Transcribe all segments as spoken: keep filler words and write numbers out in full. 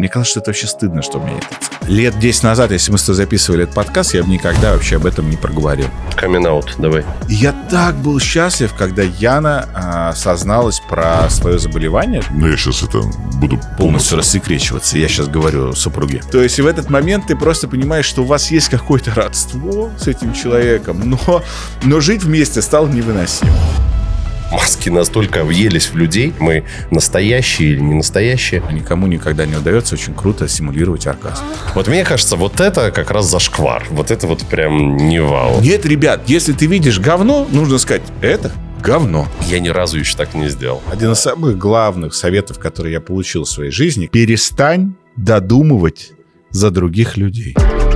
Мне казалось, что это вообще стыдно, что у меня нет отца. Лет десять назад, если мы с тобой записывали этот подкаст, я бы никогда вообще об этом не проговорил. Камин-аут, давай. И я так был счастлив, когда Яна а, созналась про свое заболевание. Ну, я сейчас это буду Полностью рассекречиваться, я сейчас говорю супруге. То есть в этот момент ты просто понимаешь, что у вас есть какое-то родство с этим человеком, но, но жить вместе стало невыносимо. Маски настолько въелись в людей, мы настоящие или не настоящие. А никому никогда не удается очень круто симулировать оргазм. Вот мне кажется, вот это как раз зашквар. Вот это вот прям не вау. Нет, ребят, если ты видишь говно, нужно сказать, это говно. Я ни разу еще так не сделал. Один из самых главных советов, которые я получил в своей жизни, перестань додумывать за других людей.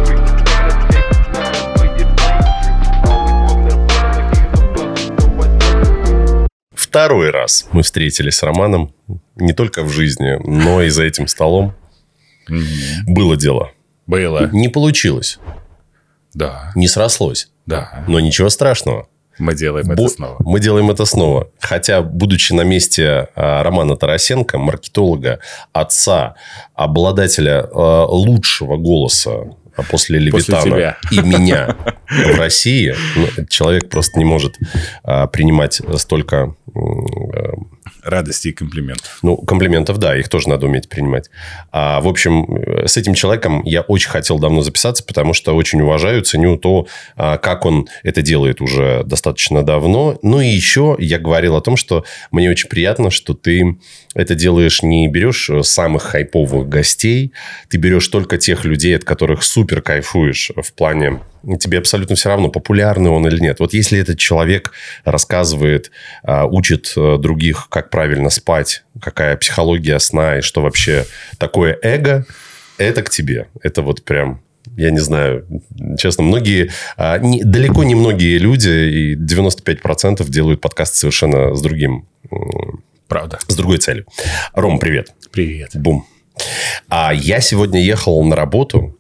Второй раз мы встретились с Романом не только в жизни, но и за этим столом. Mm-hmm. Было дело. Было. Не получилось. Да. Не срослось. Да. Но ничего страшного. Мы делаем это Бо- снова. Мы делаем это снова. Хотя, будучи на месте а, Романа Тарасенко, маркетолога, отца, обладателя а, лучшего голоса после Левитана и меня в России, ну, человек просто не может а, принимать столько... А, радости и комплиментов. Ну, комплиментов, да, их тоже надо уметь принимать. А, в общем, с этим человеком я очень хотел давно записаться, потому что очень уважаю, ценю то, а, как он это делает уже достаточно давно. Ну, и еще я говорил о том, что мне очень приятно, что ты это делаешь, не берешь самых хайповых гостей, ты берешь только тех людей, от которых супер кайфуешь в плане... Тебе абсолютно все равно, популярный он или нет. Вот если этот человек рассказывает, учит других, как правильно спать, какая психология сна и что вообще такое эго, это к тебе. Это вот прям... Я не знаю, честно, многие, не, далеко не многие люди, и девяносто пять процентов делают подкаст совершенно с другим... Правда. С другой целью. Ром, привет. Привет. Бум. А я сегодня ехал на работу...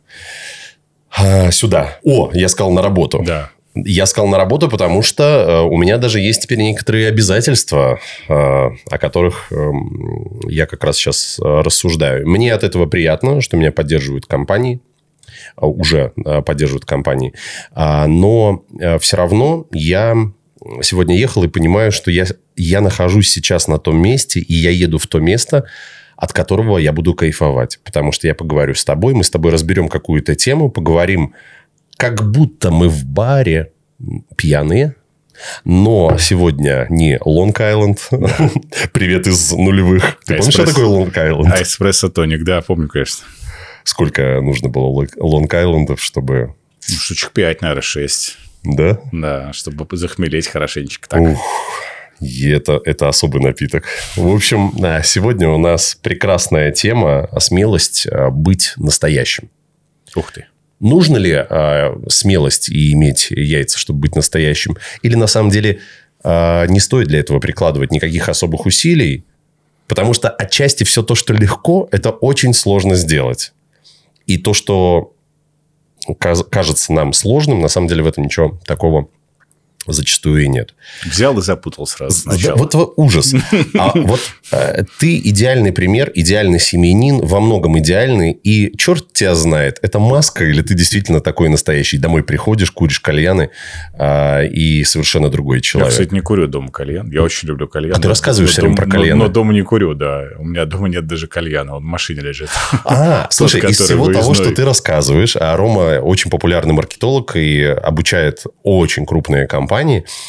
Сюда. О, я сказал на работу. Да. Я сказал на работу, потому что э, у меня даже есть теперь некоторые обязательства, э, о которых э, я как раз сейчас э, рассуждаю. Мне от этого приятно, что меня поддерживают компании, э, уже э, поддерживают компании. Э, но э, все равно я сегодня ехал и понимаю, что я, я нахожусь сейчас на том месте, и я еду в то место, от которого я буду кайфовать. Потому что я поговорю с тобой, мы с тобой разберем какую-то тему, поговорим, как будто мы в баре пьяные. Но сегодня не Лонг-Айленд. Привет из нулевых. Ты помнишь, что такое Лонг-Айленд? А эспрессо-тоник, да, помню, конечно. Сколько нужно было Лонг-Айлендов, чтобы... Ну, штучек пять, наверное, шесть. Да? Да, чтобы захмелеть хорошенечко так. Ух. И это, это особый напиток. В общем, сегодня у нас прекрасная тема – смелость быть настоящим. Ух ты. Нужно ли а, смелость и иметь яйца, чтобы быть настоящим? Или на самом деле а, не стоит для этого прикладывать никаких особых усилий? Потому что отчасти все то, что легко, это очень сложно сделать. И то, что кажется нам сложным, на самом деле в этом ничего такого зачастую и нет. Взял и запутал сразу сначала. Вот, вот ужас. А вот э, ты идеальный пример, идеальный семьянин, во многом идеальный. И черт тебя знает, это маска или ты действительно такой настоящий? Домой приходишь, куришь кальяны э, и совершенно другой человек. Я, кстати, не курю дома кальян. Я очень люблю кальян. А ты рассказываешь все время про кальяны. Но, но дома не курю, да. У меня дома нет даже кальяна. Он в машине лежит. А, слушай, из всего выездной. того, что ты рассказываешь, а Рома очень популярный маркетолог и обучает очень крупные компании.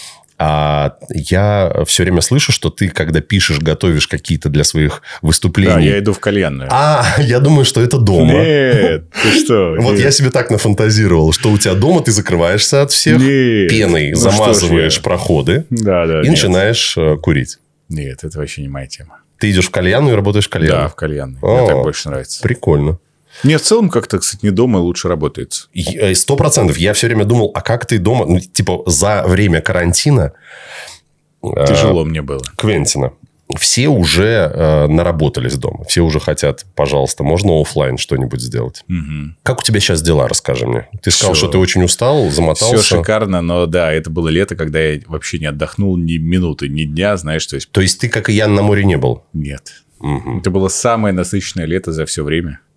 А я все время слышу, что ты, когда пишешь, готовишь какие-то для своих выступлений... Да, я иду в кальянную. А, я думаю, что это дома. Нет, ты что? Вот Нет. я себе так нафантазировал, что у тебя дома ты закрываешься от всех, Нет. пеной Ну, замазываешь проходы Да, да, и нет. начинаешь э, курить. Нет, это вообще не моя тема. Ты идешь в кальянную и работаешь в кальянной? Да, в кальянной. О, Мне так больше нравится. Прикольно. Мне в целом как-то, кстати, не дома лучше работается. Сто процентов. Я все время думал, а как ты дома... Ну, типа, за время карантина... Тяжело э, мне было. Квентина. Все уже э, наработались дома. Все уже хотят, пожалуйста, можно офлайн что-нибудь сделать. Угу. Как у тебя сейчас дела, расскажи мне. Ты сказал, Все. что ты очень устал, замотался. Все шикарно, но да, это было лето, когда я вообще не отдохнул ни минуты, ни дня, знаешь. То есть, то есть ты, как и я, на море не был? Нет. Угу. Это было самое насыщенное лето за все время.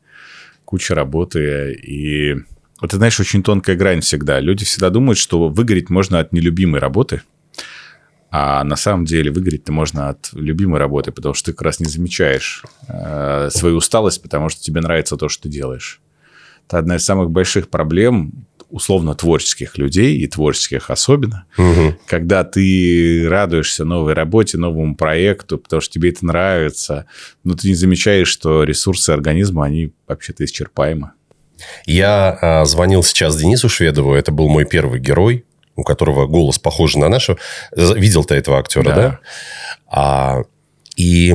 куча работы. И вот, ты знаешь, очень тонкая грань всегда. Люди всегда думают, что выгореть можно от нелюбимой работы. А на самом деле выгореть-то можно от любимой работы, потому что ты как раз не замечаешь э, свою усталость, потому что тебе нравится то, что ты делаешь. Это одна из самых больших проблем условно творческих людей, и творческих особенно, угу. когда ты радуешься новой работе, новому проекту, потому что тебе это нравится, но ты не замечаешь, что ресурсы организма, они вообще-то исчерпаемы. Я а, звонил сейчас Денису Шведову, это был мой первый герой, у которого голос похож на нашего. Видел ты этого актера, да? да? А, и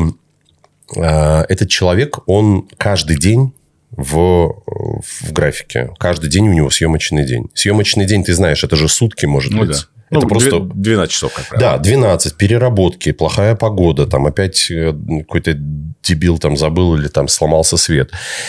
а, этот человек, он каждый день в, в графике. Каждый день у него съемочный день. Съемочный день, ты знаешь, это же сутки может ну, быть. Да. Это ну, просто двенадцать часов, как правило. Да, двенадцать, переработки, плохая погода, там опять какой-то дебил там забыл или там сломался свет.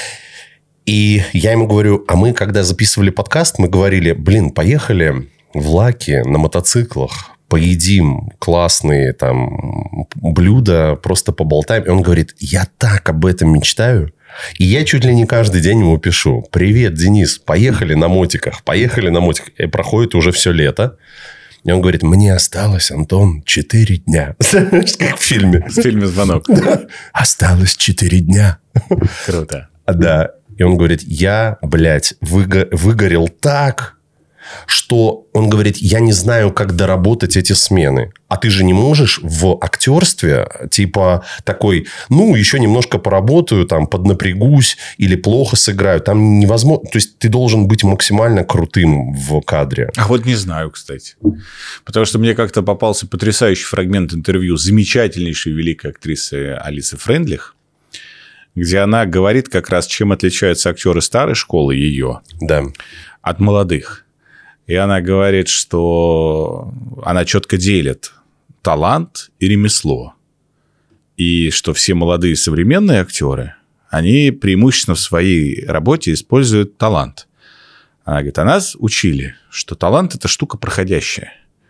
И я ему говорю, а мы, когда записывали подкаст, мы говорили, блин, поехали в Лаки на мотоциклах, поедим классные там блюда, просто поболтаем. И он говорит, я так об этом мечтаю. И я чуть ли не каждый день ему пишу, привет, Денис, поехали на мотиках, поехали на мотиках. И проходит уже все лето. И он говорит, мне осталось, Антон, четыре дня. Знаешь, как в фильме. В фильме «Звонок». Да. Осталось четыре дня. Круто. Да. И он говорит, я, блядь, выго- выгорел так, что он говорит, я не знаю, как доработать эти смены. А ты же не можешь в актерстве, типа, такой, ну, еще немножко поработаю, там, поднапрягусь или плохо сыграю. Там невозможно. То есть, ты должен быть максимально крутым в кадре. А вот не знаю, кстати. Потому что мне как-то попался потрясающий фрагмент интервью замечательнейшей великой актрисы Алисы Фрейндлих, где она говорит как раз, чем отличаются актеры старой школы ее да. от молодых. И она говорит, что она четко делит талант и ремесло. И что все молодые современные актеры, они преимущественно в своей работе используют талант. Она говорит, а нас учили, что талант – это штука проходящая.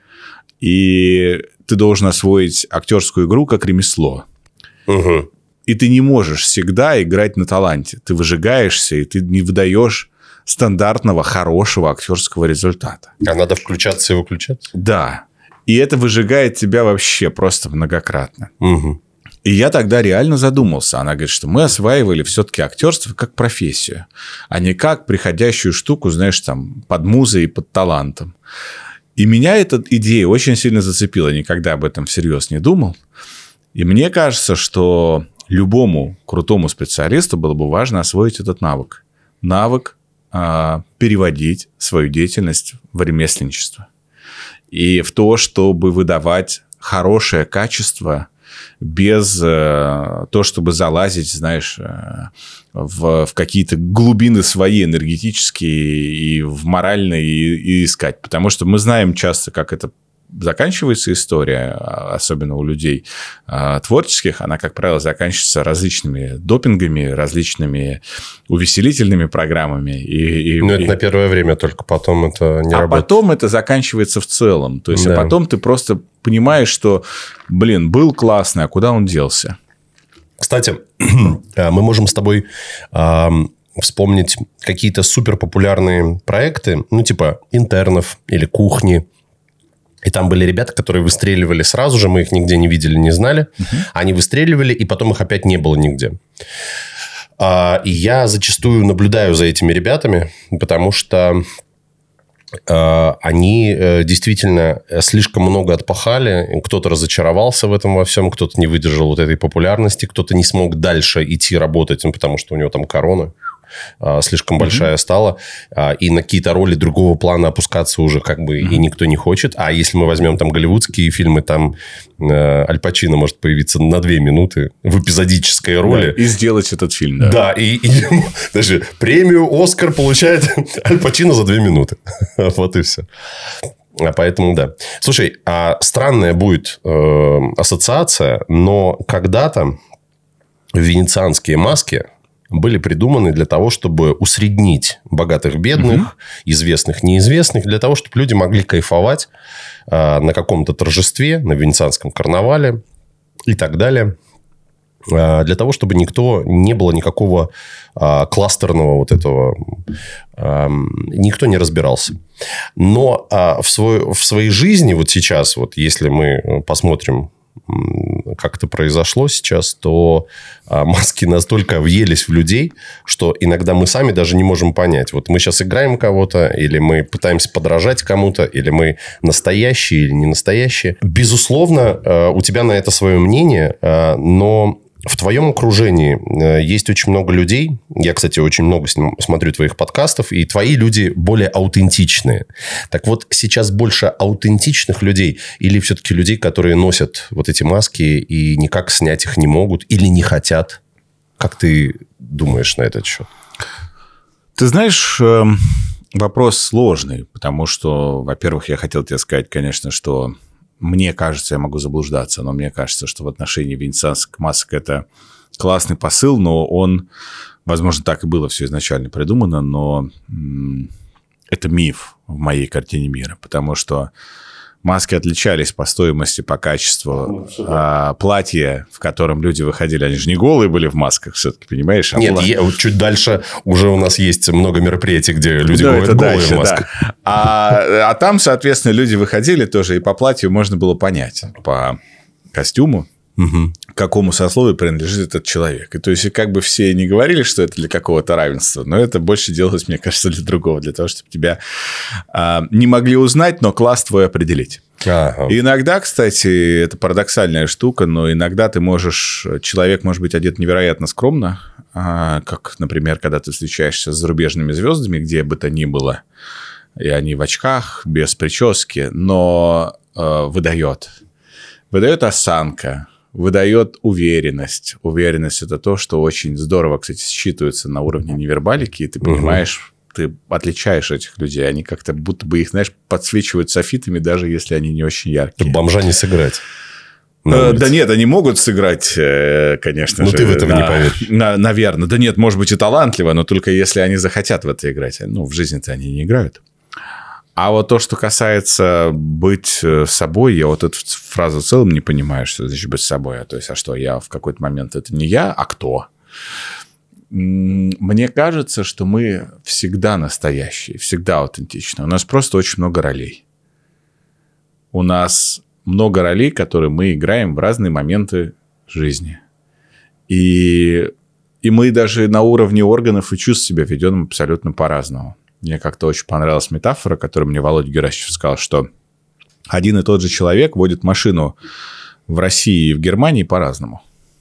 И ты должен освоить актерскую игру как ремесло. Угу. И ты не можешь всегда играть на таланте. Ты выжигаешься, и ты не выдаешь стандартного, хорошего актерского результата. А надо включаться и выключаться? Да. И это выжигает тебя вообще просто многократно. Угу. И я тогда реально задумался. Она говорит, что мы осваивали все-таки актерство как профессию, а не как приходящую штуку, знаешь, там, под музой и под талантом. И меня эта идея очень сильно зацепила. Никогда об этом всерьез не думал. И мне кажется, что любому крутому специалисту было бы важно освоить этот навык. Навык переводить свою деятельность в ремесленничество. И в то, чтобы выдавать хорошее качество без э, то, чтобы залазить, знаешь, э, в, в какие-то глубины свои энергетические и в моральные и, и искать. Потому что мы знаем часто, как это заканчивается история, особенно у людей э, творческих, она, как правило, заканчивается различными допингами, различными увеселительными программами. И, и, ну, это и... на первое время, только потом это не а работает. А потом это заканчивается в целом. То есть, да. а потом ты просто понимаешь, что, блин, был классный, а куда он делся? Кстати, мы можем с тобой э, вспомнить какие-то суперпопулярные проекты, ну, типа «Интернов» или «Кухни». И там были ребята, которые выстреливали сразу же, мы их нигде не видели, не знали. Uh-huh. Они выстреливали, и потом их опять не было нигде. А, и я зачастую наблюдаю за этими ребятами, потому что а, они а, действительно слишком много отпахали. Кто-то разочаровался в этом во всем, кто-то не выдержал вот этой популярности, кто-то не смог дальше идти работать, ну, потому что у него там корона слишком большая mm-hmm. стала, и на какие-то роли другого плана опускаться уже как бы mm-hmm. и никто не хочет. А если мы возьмем там голливудские фильмы, там э, Аль Пачино может появиться на две минуты в эпизодической роли. Да, и сделать этот фильм, да. Да, и, и даже премию «Оскар» получает Аль Пачино за две минуты. Вот и все. А поэтому, да. Слушай, а странная будет э, ассоциация, но когда-то венецианские маски были придуманы для того, чтобы усреднить богатых-бедных, угу. известных-неизвестных, для того, чтобы люди могли кайфовать э, на каком-то торжестве, на венецианском карнавале и так далее. для того, чтобы никто, не было никакого а, кластерного вот этого, а, никто не разбирался. Но а, в, свой, в своей жизни вот сейчас, вот если мы посмотрим, как это произошло сейчас, то а, маски настолько въелись в людей, что иногда мы сами даже не можем понять. Вот мы сейчас играем кого-то, или мы пытаемся подражать кому-то, или мы настоящие или не настоящие. Безусловно, а, у тебя на это свое мнение, а, но... В твоем окружении есть очень много людей. Я, кстати, очень много смотрю твоих подкастов. И твои люди более аутентичные. Так вот, сейчас больше аутентичных людей? Или все-таки людей, которые носят вот эти маски и никак снять их не могут? Или не хотят? Как ты думаешь на этот счет? Ты знаешь, вопрос сложный. Потому что, во-первых, я хотел тебе сказать, конечно, что... Мне кажется, я могу заблуждаться, но мне кажется, что в отношении венецианских масок это классный посыл, но он, возможно, так и было все изначально придумано, но м- это миф в моей картине мира, потому что маски отличались по стоимости, по качеству. Ну, а, платья, в котором люди выходили, они же не голые были в масках все-таки, понимаешь? А Нет, была... я, чуть дальше уже у нас есть много мероприятий, где люди да, ходят голые дальше, в масках. Да. А, а там, соответственно, люди выходили тоже, и по платью можно было понять, по костюму, угу. к какому сословию принадлежит этот человек. И то есть, как бы все не говорили, что это для какого-то равенства, но это больше делалось, мне кажется, для другого, для того, чтобы тебя а, не могли узнать, но класс твой определить. Ага. И иногда, кстати, это парадоксальная штука, но иногда ты можешь... Человек может быть одет невероятно скромно, а, как, например, когда ты встречаешься с зарубежными звездами, где бы то ни было, и они в очках, без прически, но а, выдает. Выдает осанка, выдает уверенность. Уверенность – это то, что очень здорово, кстати, считывается на уровне невербалики, и ты понимаешь, угу. ты отличаешь этих людей. Они как-то будто бы их, знаешь, подсвечивают софитами, даже если они не очень яркие. Бомжа не сыграть. Э, да нет, они могут сыграть, конечно но же. Ну, ты в этого на, не поверишь. На, наверное. Да нет, может быть, и талантливо, но только если они захотят в это играть. Ну, в жизни-то они не играют. А вот то, что касается быть собой, я вот эту фразу в целом не понимаю, что значит быть собой. То есть, а что, я в какой-то момент это не я, а кто? Мне кажется, что мы всегда настоящие, всегда аутентичны. У нас просто очень много ролей. У нас много ролей, которые мы играем в разные моменты жизни. И, и мы даже на уровне органов и чувств себя ведем абсолютно по-разному. Мне как-то очень понравилась метафора, которую мне Володя Герасимов сказал, что один и тот же человек водит машину в России и в Германии по-разному.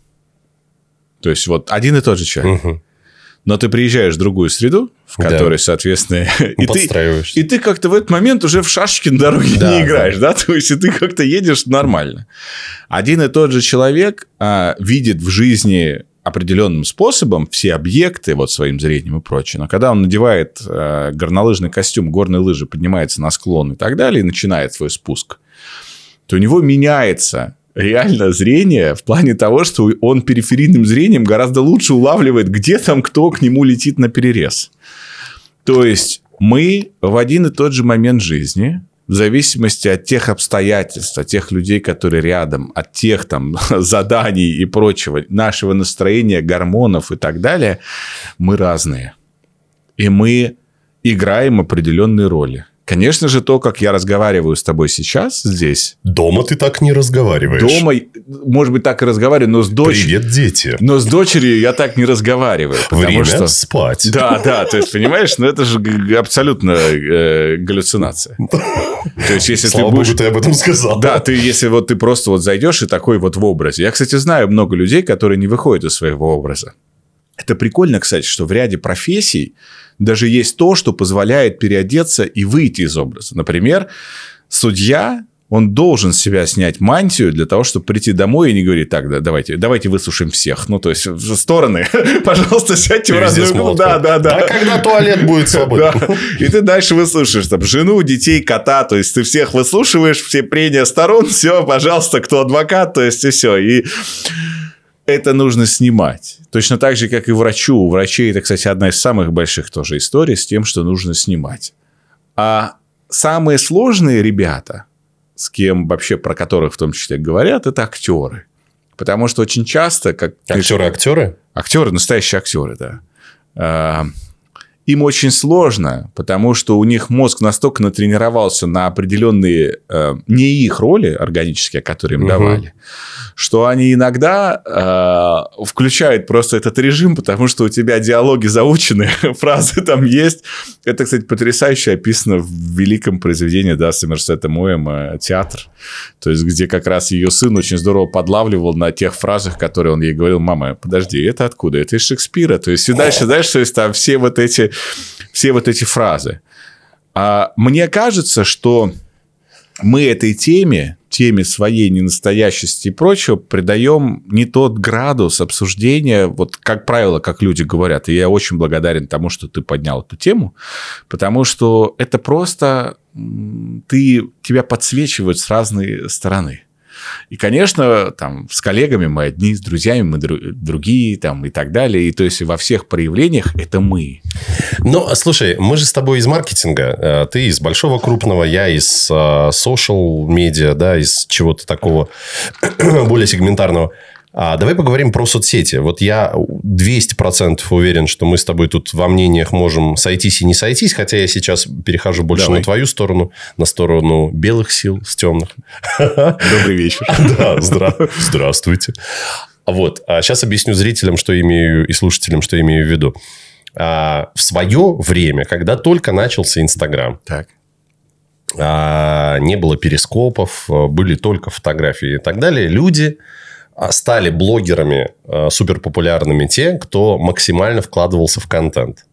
То есть, вот один и тот же человек. Угу. Но ты приезжаешь в другую среду, в которой, да. соответственно... И ты, и ты как-то в этот момент уже в шашечки на дороге да, не играешь, да. да? То есть, и ты как-то едешь нормально. Один и тот же человек а, видит в жизни... определенным способом все объекты вот своим зрением и прочее. Но когда он надевает э, горнолыжный костюм, горные лыжи, поднимается на склон и так далее, и начинает свой спуск, то у него меняется реально зрение в плане того, что он периферийным зрением гораздо лучше улавливает, где там кто к нему летит на перерез. То есть мы в один и тот же момент жизни... в зависимости от тех обстоятельств, от тех людей, которые рядом, от тех там заданий и прочего, нашего настроения, гормонов и так далее, мы разные. И мы играем определенные роли. Конечно же, то, как я разговариваю с тобой сейчас здесь... Дома ты так не разговариваешь. Дома, может быть, так и разговариваю, но с дочерью... Привет, дети. Но с дочерью я так не разговариваю. Время что... спать. Да, да, то есть, понимаешь, ну это же абсолютно э, галлюцинация. То есть, если Слава ты будешь... Богу, ты об этом сказал. Да, ты, если вот ты просто вот зайдешь и такой вот в образе. Я, кстати, знаю много людей, которые не выходят из своего образа. Это прикольно, кстати, что в ряде профессий даже есть то, что позволяет переодеться и выйти из образа. Например, судья, он должен с себя снять мантию для того, чтобы прийти домой и не говорить, так, да, давайте, давайте выслушаем всех. Ну, то есть, в стороны, пожалуйста, сядьте в разные углы. Да, да, да. Да, когда туалет будет свободен. Да. И ты дальше выслушаешь там жену, детей, кота. То есть, ты всех выслушиваешь, все прения сторон. Все, пожалуйста, кто адвокат, то есть, и все. И... это нужно снимать. Точно так же, как и врачу. У врачей это, кстати, одна из самых больших тоже историй с тем, что нужно снимать. А самые сложные ребята, с кем вообще, про которых в том числе говорят, это актеры. Потому что очень часто... Как Актеры-актеры? Актеры, настоящие актеры, да. Им очень сложно, потому что у них мозг настолько натренировался на определенные не их роли органические, которые им угу. давали, что они иногда э, включают просто этот режим, потому что у тебя диалоги заучены, фразы там есть. Это, кстати, потрясающе описано в великом произведении, да, Сомерсета Моэма «Театр», то есть где как раз ее сын очень здорово подлавливал на тех фразах, которые он ей говорил: мама, подожди, это откуда? Это из Шекспира. То есть и дальше, дальше, то есть там все вот эти, все вот эти фразы. А мне кажется, что мы этой теме, теме своей ненастоящести и прочего, придаем не тот градус обсуждения, вот как правило, как люди говорят. И я очень благодарен тому, что ты поднял эту тему, потому что это просто ты, тебя подсвечивают с разной стороны. И, конечно, там, с коллегами мы одни, с друзьями мы другие, там, и так далее. И то есть во всех проявлениях это мы. Ну, слушай, мы же с тобой из маркетинга. Ты из большого крупного, я из social медиа, да, из чего-то такого более сегментарного. А давай поговорим про соцсети. Вот я двести процентов уверен, что мы с тобой тут во мнениях можем сойтись и не сойтись, хотя я сейчас перехожу больше Давай. на твою сторону, на сторону белых сил с темных. Добрый вечер. Да, здравствуйте. Вот. А сейчас объясню зрителям, что имею, и слушателям, что имею в виду. А, в свое время, когда только начался Инстаграм, так. а, не было перископов, были только фотографии и так далее, люди... стали блогерами э, суперпопулярными те, кто максимально вкладывался в контент.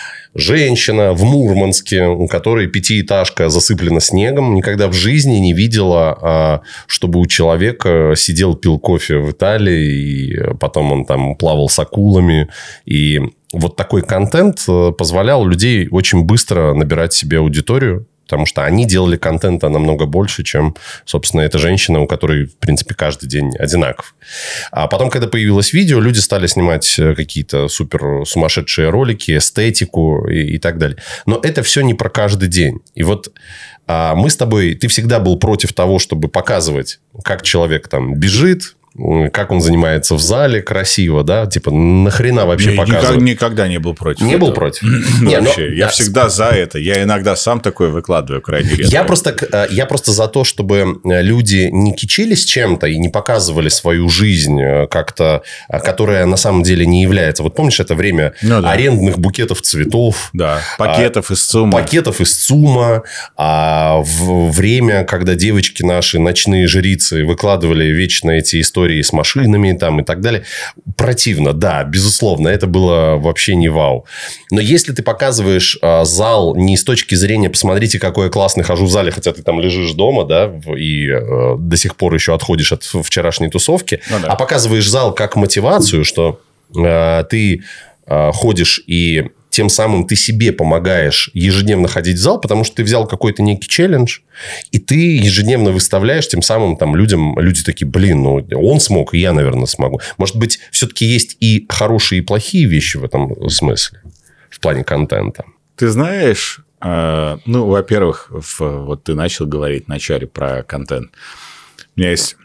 Женщина в Мурманске, у которой пятиэтажка засыплена снегом, никогда в жизни не видела, э, чтобы у человека сидел, пил кофе в Италии, и потом он там плавал с акулами. И вот такой контент позволял людей очень быстро набирать себе аудиторию. Потому что они делали контента намного больше, чем, собственно, эта женщина, у которой, в принципе, каждый день одинаков. А потом, когда появилось видео, люди стали снимать какие-то супер сумасшедшие ролики, эстетику и, и так далее. Но это все не про каждый день. И вот а мы с тобой... Ты всегда был против того, чтобы показывать, как человек там бежит, как он занимается в зале красиво, да? Типа, нахрена вообще не, показывать? Никогда не был против. Не этого. был против? Не, вообще, но... я всегда за это. Я иногда сам такое выкладываю крайне редко. Я просто, я просто за то, чтобы люди не кичились чем-то и не показывали свою жизнь как-то, которая на самом деле не является. Вот помнишь, это время ну, да. арендных букетов цветов. Да, пакетов а, из ЦУМа. Пакетов из ЦУМа. А в время, когда девочки наши, ночные жрицы, выкладывали вечно эти истории с машинами там, и так далее. Противно, да, безусловно. Это было вообще не вау. Но если ты показываешь а, зал не с точки зрения «посмотрите, какой я классный хожу в зале», хотя ты там лежишь дома, да, и а, до сих пор еще отходишь от вчерашней тусовки, ну, да. а показываешь зал как мотивацию, что а, ты а, ходишь и... Тем самым ты себе помогаешь ежедневно ходить в зал, потому что ты взял какой-то некий челлендж, и ты ежедневно выставляешь, тем самым там людям, люди такие, блин, ну он смог, и я, наверное, смогу. Может быть, все-таки есть и хорошие, и плохие вещи в этом смысле, в плане контента. Ты знаешь, э, ну, во-первых, в, вот ты начал говорить вначале про контент. У меня есть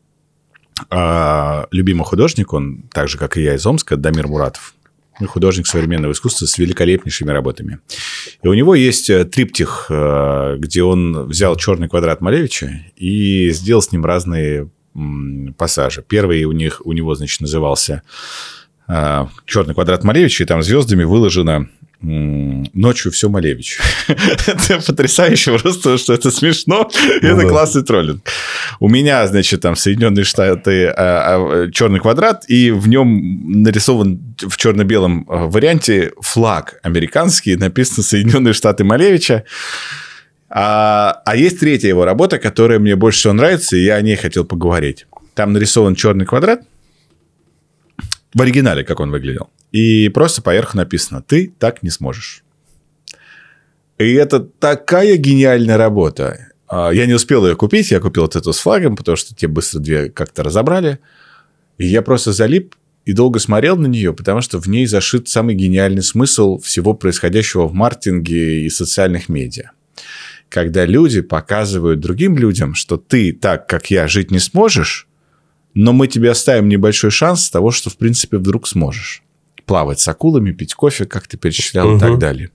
э, любимый художник, он так же, как и я, из Омска, Дамир Муратов. Художник современного искусства с великолепнейшими работами. И у него есть триптих, где он взял черный квадрат Малевича и сделал с ним разные пассажи. Первый у, них, у него, значит, назывался «Черный квадрат Малевича», и там звездами выложено «Ночью все Малевич». Это потрясающе, просто что это смешно. Ну, это да. классный троллинг. У меня, значит, там Соединенные Штаты а, а, черный квадрат, и в нем нарисован в черно-белом варианте флаг американский, написано «Соединенные Штаты Малевича». А, а есть третья его работа, которая мне больше всего нравится, и я о ней хотел поговорить. Там нарисован черный квадрат. В оригинале, как он выглядел. И просто поверху написано «Ты так не сможешь». И это такая гениальная работа. Я не успел ее купить. Я купил вот эту с флагом, потому что те быстро две как-то разобрали. И я просто залип и долго смотрел на нее, потому что в ней зашит самый гениальный смысл всего происходящего в маркетинге и социальных медиа. Когда люди показывают другим людям, что ты так, как я, жить не сможешь, но мы тебе оставим небольшой шанс того, что, в принципе, вдруг сможешь плавать с акулами, пить кофе, как ты перечислял, угу. и так далее.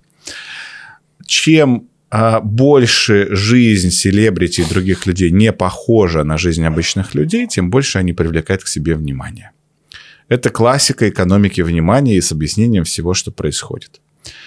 Чем а, больше жизнь селебрити и других людей не похожа на жизнь обычных людей, тем больше они привлекают к себе внимание. Это классика экономики внимания и с объяснением всего, что происходит.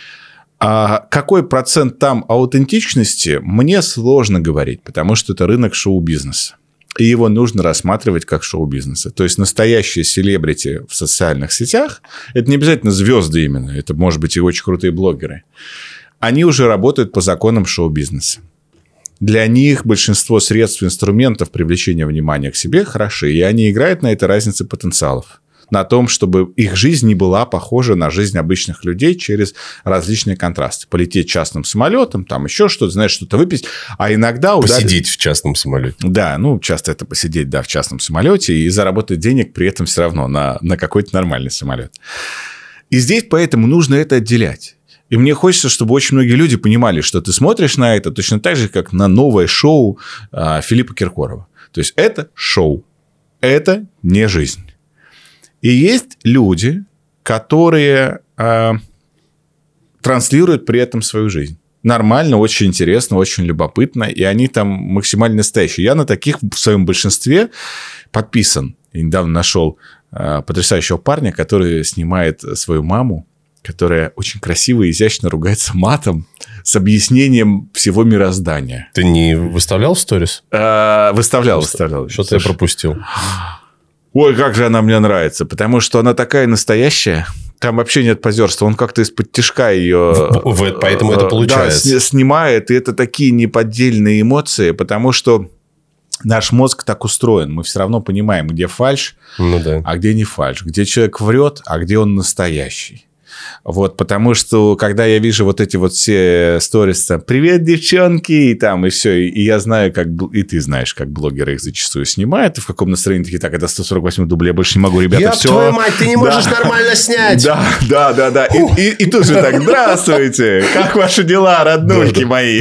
А какой процент там аутентичности, мне сложно говорить, потому что это рынок шоу-бизнеса. И его нужно рассматривать как шоу-бизнеса. То есть настоящие селебрити в социальных сетях, это не обязательно звезды именно, это, может быть, и очень крутые блогеры, они уже работают по законам шоу-бизнеса. Для них большинство средств, инструментов привлечения внимания к себе хороши, и они играют на этой разнице потенциалов. На том, чтобы их жизнь не была похожа на жизнь обычных людей через различные контрасты. Полететь частным самолетом, там еще что-то, знаешь, что-то выпить, а иногда... Посидеть удар... в частном самолете. Да, ну, часто это посидеть, да, в частном самолете и заработать денег при этом все равно на, на какой-то нормальный самолет. И здесь поэтому нужно это отделять. И мне хочется, чтобы очень многие люди понимали, что ты смотришь на это точно так же, как на новое шоу а, Филиппа Киркорова. То есть это шоу, это не жизнь. И есть люди, которые э, транслируют при этом свою жизнь. Нормально, очень интересно, очень любопытно, и они там максимально настоящие. Я на таких в своем большинстве подписан. Я недавно нашел э, потрясающего парня, который снимает свою маму, которая очень красиво и изящно ругается матом с объяснением всего мироздания. Ты не выставлял в сторис? Э, выставлял, выставлял. Что-то я пропустил. Ой, как же она мне нравится, потому что она такая настоящая. Там вообще нет позерства. Он как-то из-под тишка ее... Поэтому это получается. Да, снимает, и это такие неподдельные эмоции, потому что наш мозг так устроен. Мы все равно понимаем, где фальшь, ну, да. а где не фальшь. Где человек врет, а где он настоящий. Вот, потому что, когда я вижу вот эти вот все сторис, там, привет, девчонки, и там, и все, и я знаю, как, и ты знаешь, как блогеры их зачастую снимают, и в каком настроении такие, так, это сто сорок восьмой дубль, я больше не могу, ребята, Ёб все. твою мать, ты не можешь да. нормально снять. Да, да, да, да, и, и, и тут же так, здравствуйте, как ваши дела, роднульки мои?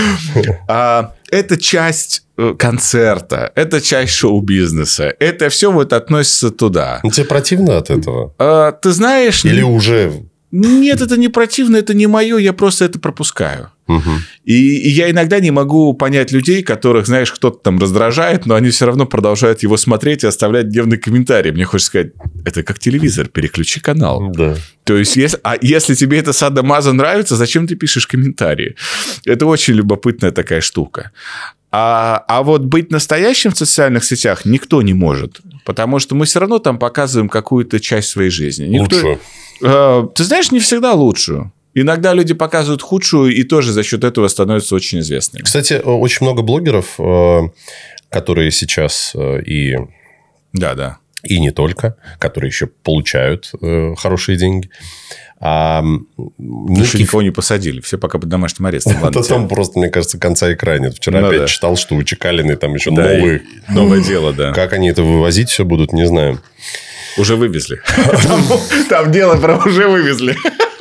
А, это часть концерта, это часть шоу-бизнеса, это все вот относится туда. Ну, тебе противно от этого? А, ты знаешь... Или уже... Нет, это не противно, это не мое, я просто это пропускаю. Угу. И, и я иногда не могу понять людей, которых, знаешь, кто-то там раздражает, но они все равно продолжают его смотреть и оставлять гневные комментарии. Мне хочется сказать, это как телевизор, переключи канал. Да. То есть, если, а если тебе это садо-мазо нравится, зачем ты пишешь комментарии? Это очень любопытная такая штука. А, а вот быть настоящим в социальных сетях никто не может, потому что мы все равно там показываем какую-то часть своей жизни. Никто... Лучшую. Ты знаешь, не всегда лучшую. Иногда люди показывают худшую, и тоже за счет этого становятся очень известными. Кстати, очень много блогеров, которые сейчас и... Да, да. И не только, которые еще получают хорошие деньги. А неких... Еще никого не посадили, все пока под домашним арестом. Это там просто, мне кажется, конца экрана нет. Вчера ну, опять да. читал, что у Чекалиной там еще да, новые... Новое дело, да. Как они это вывозить все будут, не знаю. Уже вывезли. Там, там дело про уже вывезли.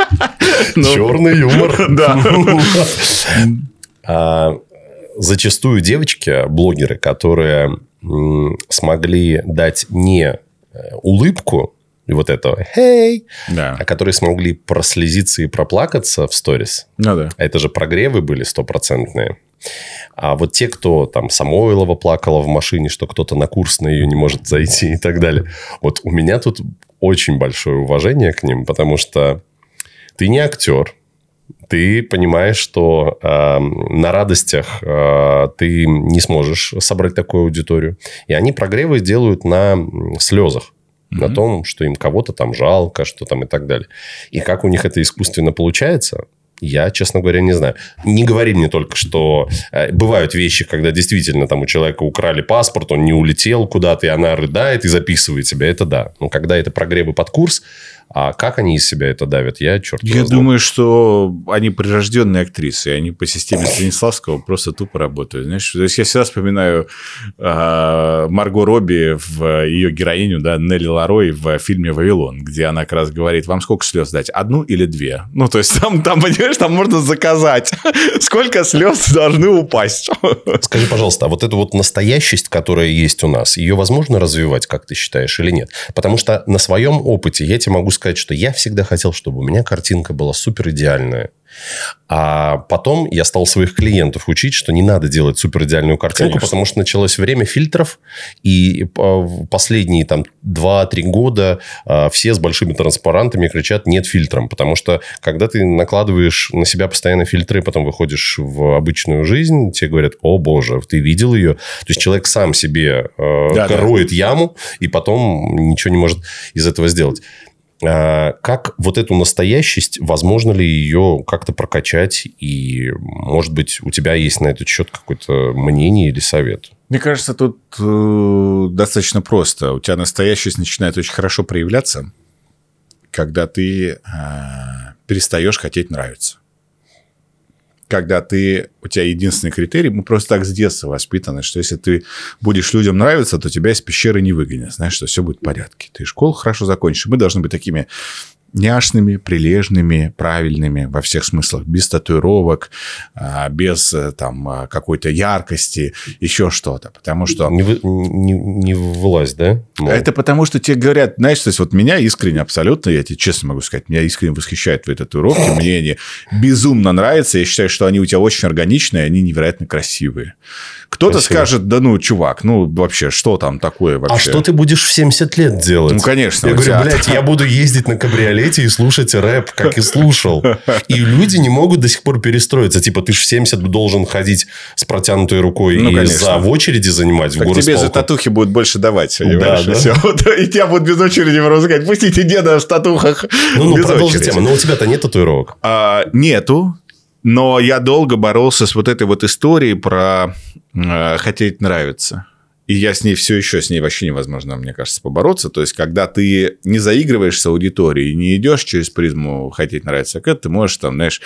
Черный юмор. Да. а, зачастую девочки, блогеры, которые м, смогли дать не улыбку, и вот этого «Хей!», да. а которые смогли прослезиться и проплакаться в сторис. Ну, да. А это же прогревы были стопроцентные. А вот те, кто там Самойлова плакала в машине, что кто-то на курс на ее не может зайти и так далее. Вот у меня тут очень большое уважение к ним, потому что ты не актер. Ты понимаешь, что э, на радостях э, ты не сможешь собрать такую аудиторию. И они прогревы делают на слезах. Mm-hmm. На том, что им кого-то там жалко, что там и так далее. И как у них это искусственно получается, я, честно говоря, не знаю. Не говори мне только, что э, бывают вещи, когда действительно там у человека украли паспорт, он не улетел куда-то, и она рыдает и записывает себя. Это да. Но когда это прогревы под курс, А как они из себя это давят, я черт Я думаю, что они прирожденные актрисы, и они по системе Станиславского просто тупо работают. Знаешь, то есть я всегда вспоминаю э, Марго Робби, в ее героиню, да, Нелли Ларой в фильме «Вавилон», где она как раз говорит, вам сколько слез дать, одну или две? Ну, то есть там, там понимаешь, там можно заказать, сколько слез должны упасть. Скажи, пожалуйста, а вот эту вот настоящесть, которая есть у нас, ее возможно развивать, как ты считаешь, или нет? Потому что на своем опыте я тебе могу сказать, сказать, что я всегда хотел, чтобы у меня картинка была супер идеальная. А потом я стал своих клиентов учить, что не надо делать супер идеальную картинку, Конечно. Потому что началось время фильтров, и последние там два-три года все с большими транспарантами кричат «нет фильтрам», потому что когда ты накладываешь на себя постоянно фильтры, потом выходишь в обычную жизнь, тебе говорят: «О боже, ты видел ее?» То есть человек сам себе да, роет да. яму, и потом ничего не может из этого сделать. Как вот эту настоящесть, возможно ли ее как-то прокачать? И, может быть, у тебя есть на этот счет какое-то мнение или совет? Мне кажется, тут э, достаточно просто. У тебя настоящесть начинает очень хорошо проявляться, когда ты э, перестаешь хотеть нравиться. Когда ты, у тебя единственный критерий, мы просто так с детства воспитаны, что если ты будешь людям нравиться, то тебя из пещеры не выгонят. Знаешь, что все будет в порядке. Ты школу хорошо закончишь. Мы должны быть такими няшными, прилежными, правильными во всех смыслах, без татуировок, без там какой-то яркости, еще что-то, потому что... Не, вы, не, не вылазь, да? Мол. Это потому, что тебе говорят, знаешь, то есть вот меня искренне абсолютно, я тебе честно могу сказать, меня искренне восхищают твои татуировки, мне они безумно нравятся, я считаю, что они у тебя очень органичные, они невероятно красивые. Кто-то Спасибо. Скажет, да ну, чувак, ну вообще, что там такое вообще? А что ты будешь в семьдесят лет делать? Ну, конечно. Я говорю, тебя... блядь, я буду ездить на кабриолете и слушать рэп, как и слушал. И люди не могут до сих пор перестроиться. Типа, ты ж в семьдесят должен ходить с протянутой рукой ну, и конечно. За в очереди занимать. Так в тебе за татухи будут больше давать. Да, да. Все. И тебя будут без очереди просто сказать, пустите деда в татухах. Ну, ну продолжи тему. Но у тебя-то нет татуировок? А, нету. Но я долго боролся с вот этой вот историей про э, хотеть нравиться. И я с ней все еще, с ней вообще невозможно, мне кажется, побороться. То есть, когда ты не заигрываешь с аудиторией, не идешь через призму хотеть нравиться, а когда ты можешь, там, знаешь,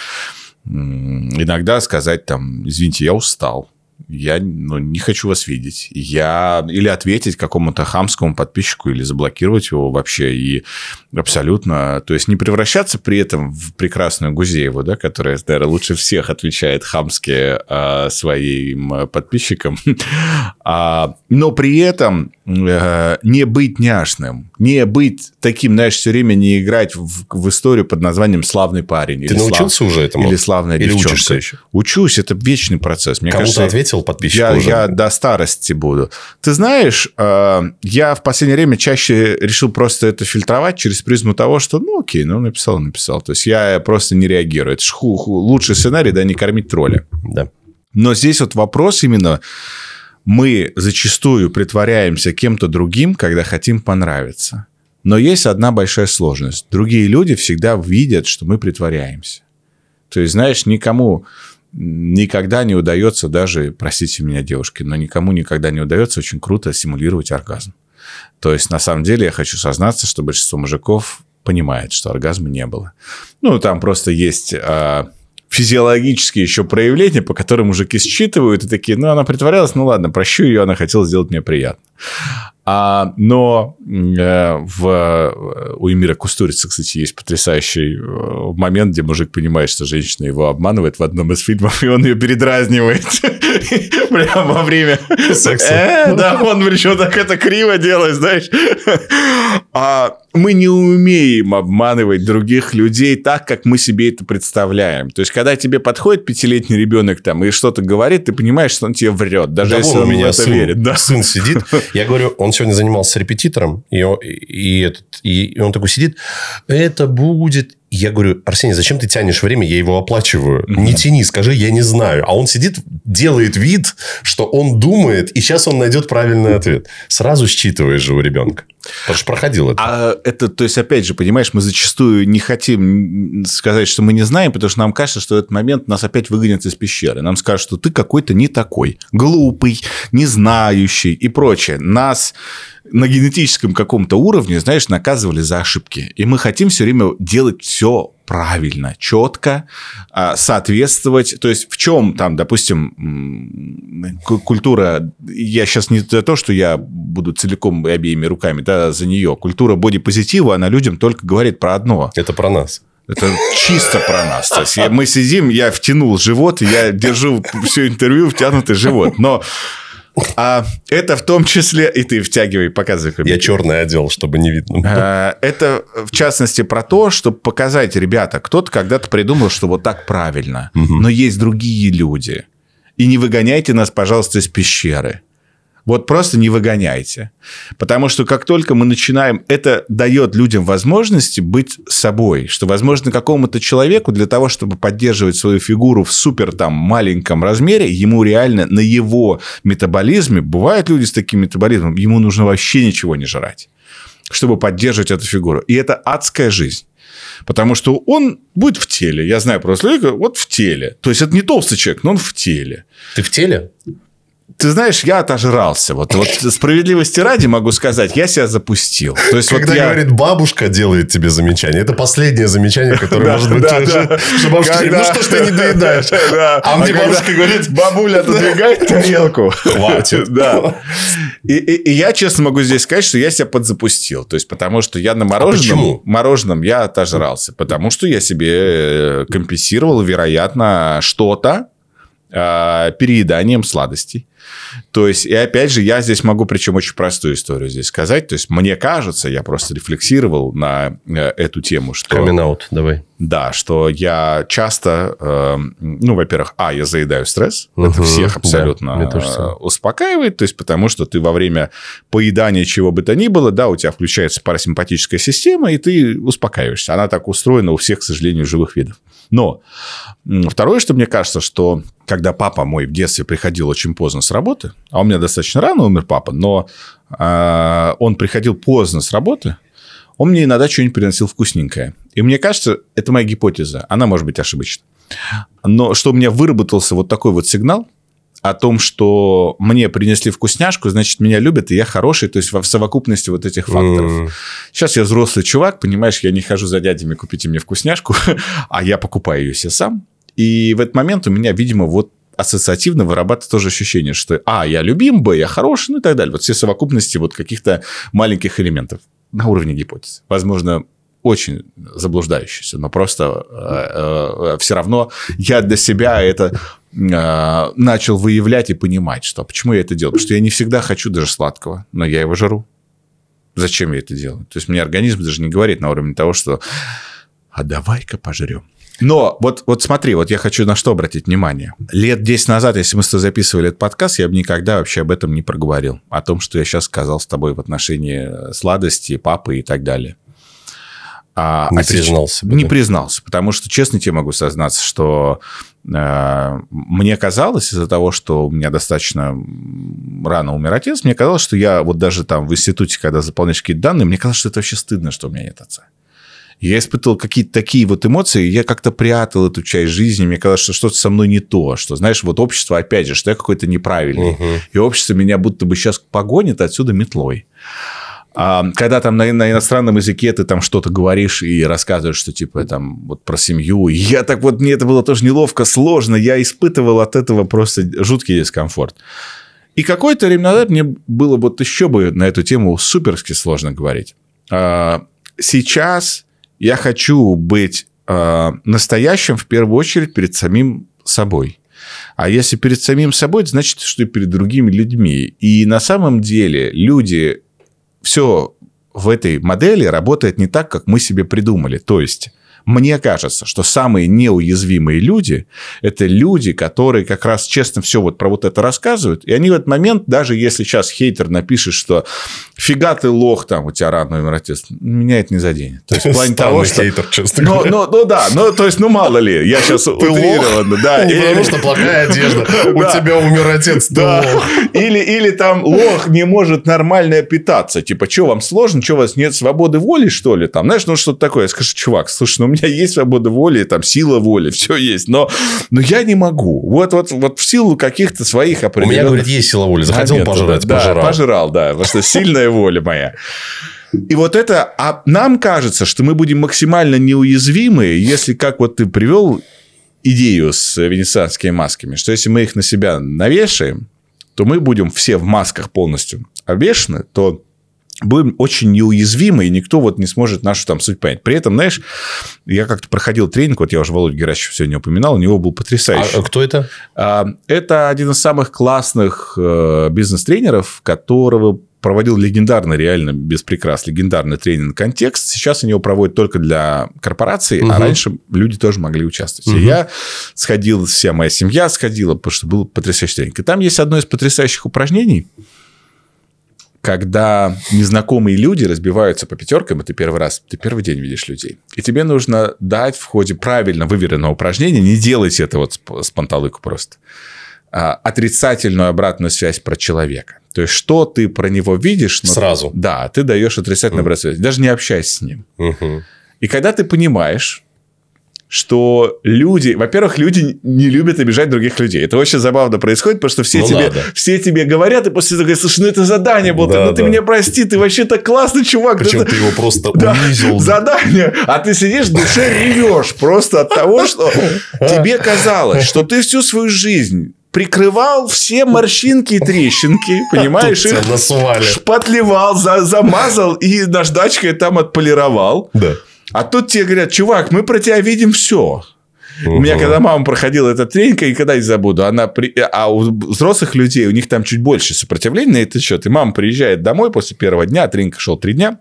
иногда сказать, там, извините, я устал. Я ну, не хочу вас видеть. Я... Или ответить какому-то хамскому подписчику, или заблокировать его вообще. И абсолютно... То есть, не превращаться при этом в прекрасную Гузееву, да, которая, наверное, лучше всех отвечает хамски а, своим подписчикам. а, но при этом а, не быть няшным. Не быть таким, знаешь, все время не играть в, в историю под названием «славный парень». Ты научился слав... уже этому? Или «славная или девчонка». Учишься еще? Учусь. Это вечный процесс. Мне Кому-то кажется, ответил подписчику я, уже? Я до старости буду. Ты знаешь, я в последнее время чаще решил просто это фильтровать через призму того, что, ну, окей, ну, написал, написал. То есть, я просто не реагирую. Это же ху- ху- лучший сценарий, да, не кормить тролля. Да. Но здесь вот вопрос именно... Мы зачастую притворяемся кем-то другим, когда хотим понравиться. Но есть одна большая сложность. Другие люди всегда видят, что мы притворяемся. То есть, знаешь, никому никогда не удается даже, простите меня, девушки, но никому никогда не удается очень круто симулировать оргазм. То есть, на самом деле, я хочу сознаться, что большинство мужиков понимает, что оргазма не было. Ну, там просто есть... физиологические еще проявления, по которым мужики считывают и такие, ну, она притворялась, ну, ладно, прощу ее, она хотела сделать мне приятно. А, но э, в, у Эмира Кустурицы, кстати, есть потрясающий момент, где мужик понимает, что женщина его обманывает в одном из фильмов, и он ее передразнивает прямо во время секса. Да, он причем так это криво делает, знаешь. А мы не умеем обманывать других людей так, как мы себе это представляем. То есть, когда тебе подходит пятилетний ребенок там и что-то говорит, ты понимаешь, что он тебе врет, даже да если он он у меня в это сын, верит. Да. Сын сидит, я говорю, он сегодня занимался с репетитором, и, и, этот, и, и он такой сидит, это будет... Я говорю, Арсений, зачем ты тянешь время? Я его оплачиваю. Mm-hmm. Не тяни, скажи, я не знаю. А он сидит, делает вид, что он думает, и сейчас он найдет правильный ответ. Сразу считываешь же у ребенка. Потому что проходил это. А это, то есть, опять же, понимаешь, мы зачастую не хотим сказать, что мы не знаем, потому что нам кажется, что в этот момент нас опять выгонят из пещеры. Нам скажут, что ты какой-то не такой, глупый, не знающий и прочее. Нас... на генетическом каком-то уровне, знаешь, наказывали за ошибки. И мы хотим все время делать все правильно, четко, соответствовать. То есть в чем там, допустим, культура, я сейчас не за то, что я буду целиком и обеими руками, да, за нее. Культура бодипозитива, она людям только говорит про одно. Это про нас. Это чисто про нас. То есть мы сидим, я втянул живот, я держу все интервью, втянутый живот. Но а это в том числе... И ты втягивай, показывай. Я черный одел, чтобы не видно было. Это, в частности, про то, чтобы показать, ребята, кто-то когда-то придумал, что вот так правильно. Угу. Но есть другие люди. И не выгоняйте нас, пожалуйста, из пещеры. Вот просто не выгоняйте. Потому что как только мы начинаем... Это дает людям возможности быть собой. Что, возможно, какому-то человеку для того, чтобы поддерживать свою фигуру в супер там маленьком размере, ему реально на его метаболизме... Бывают люди с таким метаболизмом, ему нужно вообще ничего не жрать, чтобы поддерживать эту фигуру. И это адская жизнь. Потому что он будет в теле. Я знаю просто человека, вот в теле. То есть, это не толстый человек, но он в теле. Ты в теле? Ты знаешь, я отожрался. Вот, вот справедливости ради могу сказать, я себя запустил. То есть, когда вот я... говорит, бабушка делает тебе замечание, это последнее замечание, которое может быть... Что бабушка говорит, ну что ж ты не доедаешь? А мне бабушка говорит, бабуля отодвигает тарелку. Хватит. Да. И я честно могу здесь сказать, что я себя подзапустил. То есть, потому что я на мороженом... Мороженом я отожрался. Потому что я себе компенсировал, вероятно, что-то перееданием сладостей. То есть, и опять же, я здесь могу, причем очень простую историю здесь сказать. То есть, мне кажется, я просто рефлексировал на эту тему, что... Coming out, давай. Да, что я часто, э, ну, во-первых, а, я заедаю стресс. Угу, это всех абсолютно да, успокаивает. То есть, потому что ты во время поедания чего бы то ни было, да, у тебя включается парасимпатическая система, и ты успокаиваешься. Она так устроена у всех, к сожалению, живых видов. Но второе, что мне кажется, что когда папа мой в детстве приходил очень поздно с работы, а у меня достаточно рано умер папа, но э, он приходил поздно с работы, он мне иногда что-нибудь приносил вкусненькое. И мне кажется, это моя гипотеза, она может быть ошибочна. Но что у меня выработался вот такой вот сигнал о том, что мне принесли вкусняшку, значит, меня любят, и я хороший, то есть в совокупности вот этих факторов. Mm. Сейчас я взрослый чувак, понимаешь, я не хожу за дядями, купите мне вкусняшку, а я покупаю ее себе сам. И в этот момент у меня, видимо, вот ассоциативно вырабатывается тоже ощущение, что а, я любим, б, я хороший, ну и так далее. Вот все совокупности вот каких-то маленьких элементов на уровне гипотез. Возможно, очень заблуждающийся, но просто э, э, все равно я для себя это э, начал выявлять и понимать, что почему я это делаю. Потому что я не всегда хочу даже сладкого, но я его жру. Зачем я это делаю? То есть, мне организм даже не говорит на уровне того, что а давай-ка пожрем. Но вот, вот смотри, вот я хочу на что обратить внимание. Лет десять назад, если мы с тобой записывали этот подкаст, я бы никогда вообще об этом не проговорил. О том, что я сейчас сказал с тобой в отношении сладости, папы и так далее. А, не а признался. Сейчас, не да. признался, потому что, честно тебе могу сознаться, что э, мне казалось из-за того, что у меня достаточно рано умер отец, мне казалось, что я вот даже там в институте, когда заполняешь какие-то данные, мне казалось, что это вообще стыдно, что у меня нет отца. Я испытывал какие-то такие вот эмоции, я как-то прятал эту часть жизни, мне казалось, что что-то со мной не то, что, знаешь, вот общество, опять же, что я какой-то неправильный, угу. и общество меня будто бы сейчас погонит отсюда метлой. А когда там на, на иностранном языке ты там что-то говоришь и рассказываешь, что типа там вот про семью, и я так вот, мне это было тоже неловко, сложно, я испытывал от этого просто жуткий дискомфорт. И какое-то время назад мне было вот еще бы на эту тему суперски сложно говорить. А сейчас я хочу быть а, настоящим в первую очередь перед самим собой. А если перед самим собой, значит, что и перед другими людьми. И на самом деле люди... Все в этой модели работает не так, как мы себе придумали. То есть, мне кажется, что самые неуязвимые люди – это люди, которые как раз честно все вот про вот это рассказывают. И они в этот момент, даже если сейчас хейтер напишет, что фига ты лох, там у тебя рано умер отец, меня это не заденет. То есть, в плане того, что... хейтер, честно ну, говоря. Ну, ну да, ну то есть, ну мало ли, я сейчас утрированно. Да, не или... потому что плохая одежда, у тебя умер отец, ты лох. Или, или там лох не может нормально питаться. Типа, что вам сложно, что у вас нет свободы воли, что ли? Там, знаешь, ну что-то такое. Я скажу, чувак, слушай, ну меня есть свобода воли, там, сила воли, все есть. Но, но я не могу. Вот, вот, вот в силу каких-то своих определенных... У меня, говорит, есть сила воли. Захотел моментов, пожрать, да, пожрал. пожрал, да. Потому что сильная воля моя. И вот это... А нам кажется, что мы будем максимально неуязвимы, если, как вот ты привел идею с венецианскими масками, что если мы их на себя навешаем, то мы будем все в масках полностью обвешаны, то будем очень неуязвимы, и никто вот не сможет нашу там суть понять. При этом, знаешь, я как-то проходил тренинг, вот я уже Володю Герасимова сегодня упоминал, у него был потрясающий. А кто это? Это один из самых классных бизнес-тренеров, которого проводил легендарный, реально без прикрас, легендарный тренинг «Контекст». Сейчас они его проводят только для корпораций, угу. а раньше люди тоже могли участвовать. Угу. И я сходил, вся моя семья сходила, потому что был потрясающий тренинг. И там есть одно из потрясающих упражнений, когда незнакомые люди разбиваются по пятеркам, и ты первый раз, ты первый день видишь людей. И тебе нужно дать в ходе правильно выверенного упражнения, не делайте это вот с панталыку просто, отрицательную обратную связь про человека. То есть, что ты про него видишь... Но... Сразу. Да, ты даешь отрицательную mm. обратную связь. Даже не общаясь с ним. Mm-hmm. И когда ты понимаешь, что люди... Во-первых, люди не любят обижать других людей. Это очень забавно происходит, потому что все, ну, тебе, все тебе говорят, и после этого говорят, слушай, ну это задание было, да, ну да. ты меня прости, ты вообще-то классный чувак. Причем это... ты его просто да, унизил. Задание. А ты сидишь в душе ревешь просто от того, что тебе казалось, что ты всю свою жизнь... прикрывал все морщинки и трещинки, понимаешь, их шпатлевал, за, замазал и наждачкой там отполировал. Да. А тут тебе говорят, чувак, мы про тебя видим все. Угу. У меня, когда мама проходила этот тренинг, я никогда не забуду, она при... а у взрослых людей, у них там чуть больше сопротивления на этот счет. И мама приезжает домой после первого дня, тренинг шел три дня.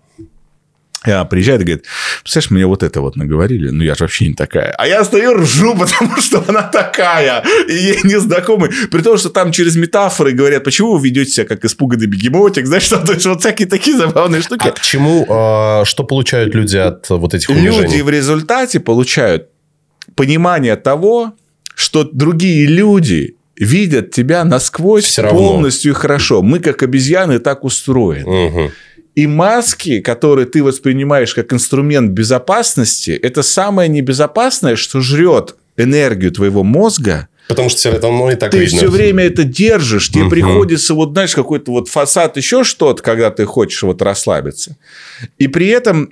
Я приезжает и говорит, представляешь, мне вот это вот наговорили, ну я же вообще не такая. А я стою ржу, потому что она такая, и ей незнакомый. При том, что там через метафоры говорят, почему вы ведете себя как испуганный бегемотик, знаешь, что, то есть вот всякие такие забавные штуки. А к чему, а, что получают люди от вот этих унижений? Люди в результате получают понимание того, что другие люди видят тебя насквозь все полностью равно. И хорошо. Мы, как обезьяны, так устроены. Угу. И маски, которые ты воспринимаешь как инструмент безопасности, это самое небезопасное, что жрет энергию твоего мозга. Потому что все равно и так ты видно. Все время это держишь. Тебе uh-huh. приходится, вот, знаешь, какой-то вот фасад, еще что-то, когда ты хочешь вот расслабиться. И при этом...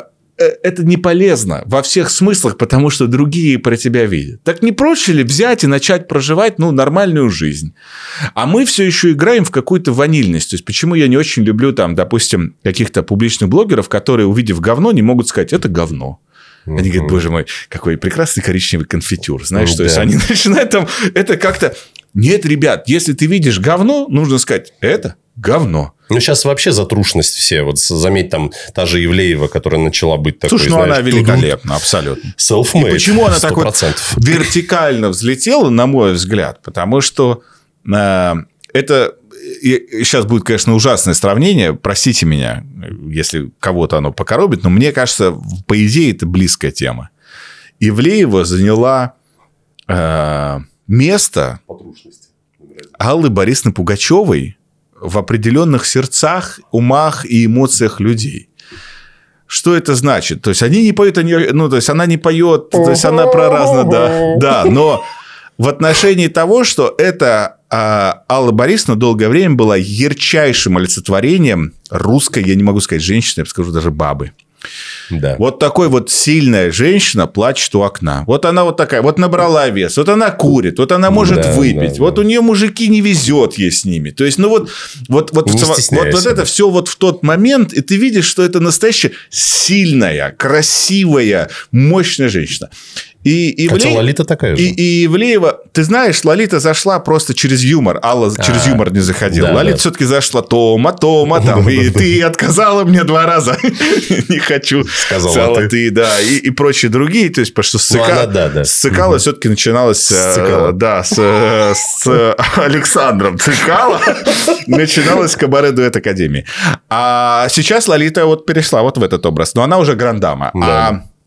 это не полезно во всех смыслах, потому что другие про тебя видят. Так не проще ли взять и начать проживать, ну, нормальную жизнь? А мы все еще играем в какую-то ванильность. То есть, почему я не очень люблю, там, допустим, каких-то публичных блогеров, которые, увидев говно, не могут сказать, это говно. Они говорят, боже мой, какой прекрасный коричневый конфитюр. Знаешь, то есть, они начинают там... Это как-то... Нет, ребят, если ты видишь говно, нужно сказать, это говно. Ну, сейчас вообще затрушность все. Вот заметь, там, та же Ивлеева, которая начала быть такой, слушай, ну, знаешь... она великолепна, абсолютно. Self-made. И почему она так вот вертикально взлетела, на мой взгляд? Потому что э, это... И сейчас будет, конечно, ужасное сравнение. Простите меня, если кого-то оно покоробит, но мне кажется, по идее, это близкая тема. Ивлеева заняла э, место Аллы Борисовны Пугачевой в определенных сердцах, умах и эмоциях людей. Что это значит? То есть, они не поют, они, ну, то есть, она не поет, то есть, она про разное, да, да, но в отношении того, что это а, Алла Борисовна долгое время была ярчайшим олицетворением русской, я не могу сказать женщины, я бы скажу даже бабы. Да. Вот такой вот сильная женщина плачет у окна. Вот она вот такая, вот набрала вес, вот она курит, вот она может да, выпить, да, вот да. у нее мужики не везет ей с ними. То есть, ну вот, вот, вот, вот, вот это все вот в тот момент, и ты видишь, что это настоящая сильная, красивая, мощная женщина. И Ивлеева, хотя Лолита такая же. И, и Ивлеева, ты знаешь, Лолита зашла просто через юмор. Алла а, через юмор не заходила. Да, Лолита да. все-таки зашла Тома, Тома, там, и ты отказала мне два раза. Не хочу. Сказала ты. Да, и, и прочие другие. То есть, потому что с Цикала все-таки начиналось да, с Александром Цикало начиналась кабаре-дуэт Академии. А сейчас Лолита вот перешла вот в этот образ. Но она уже грандама. А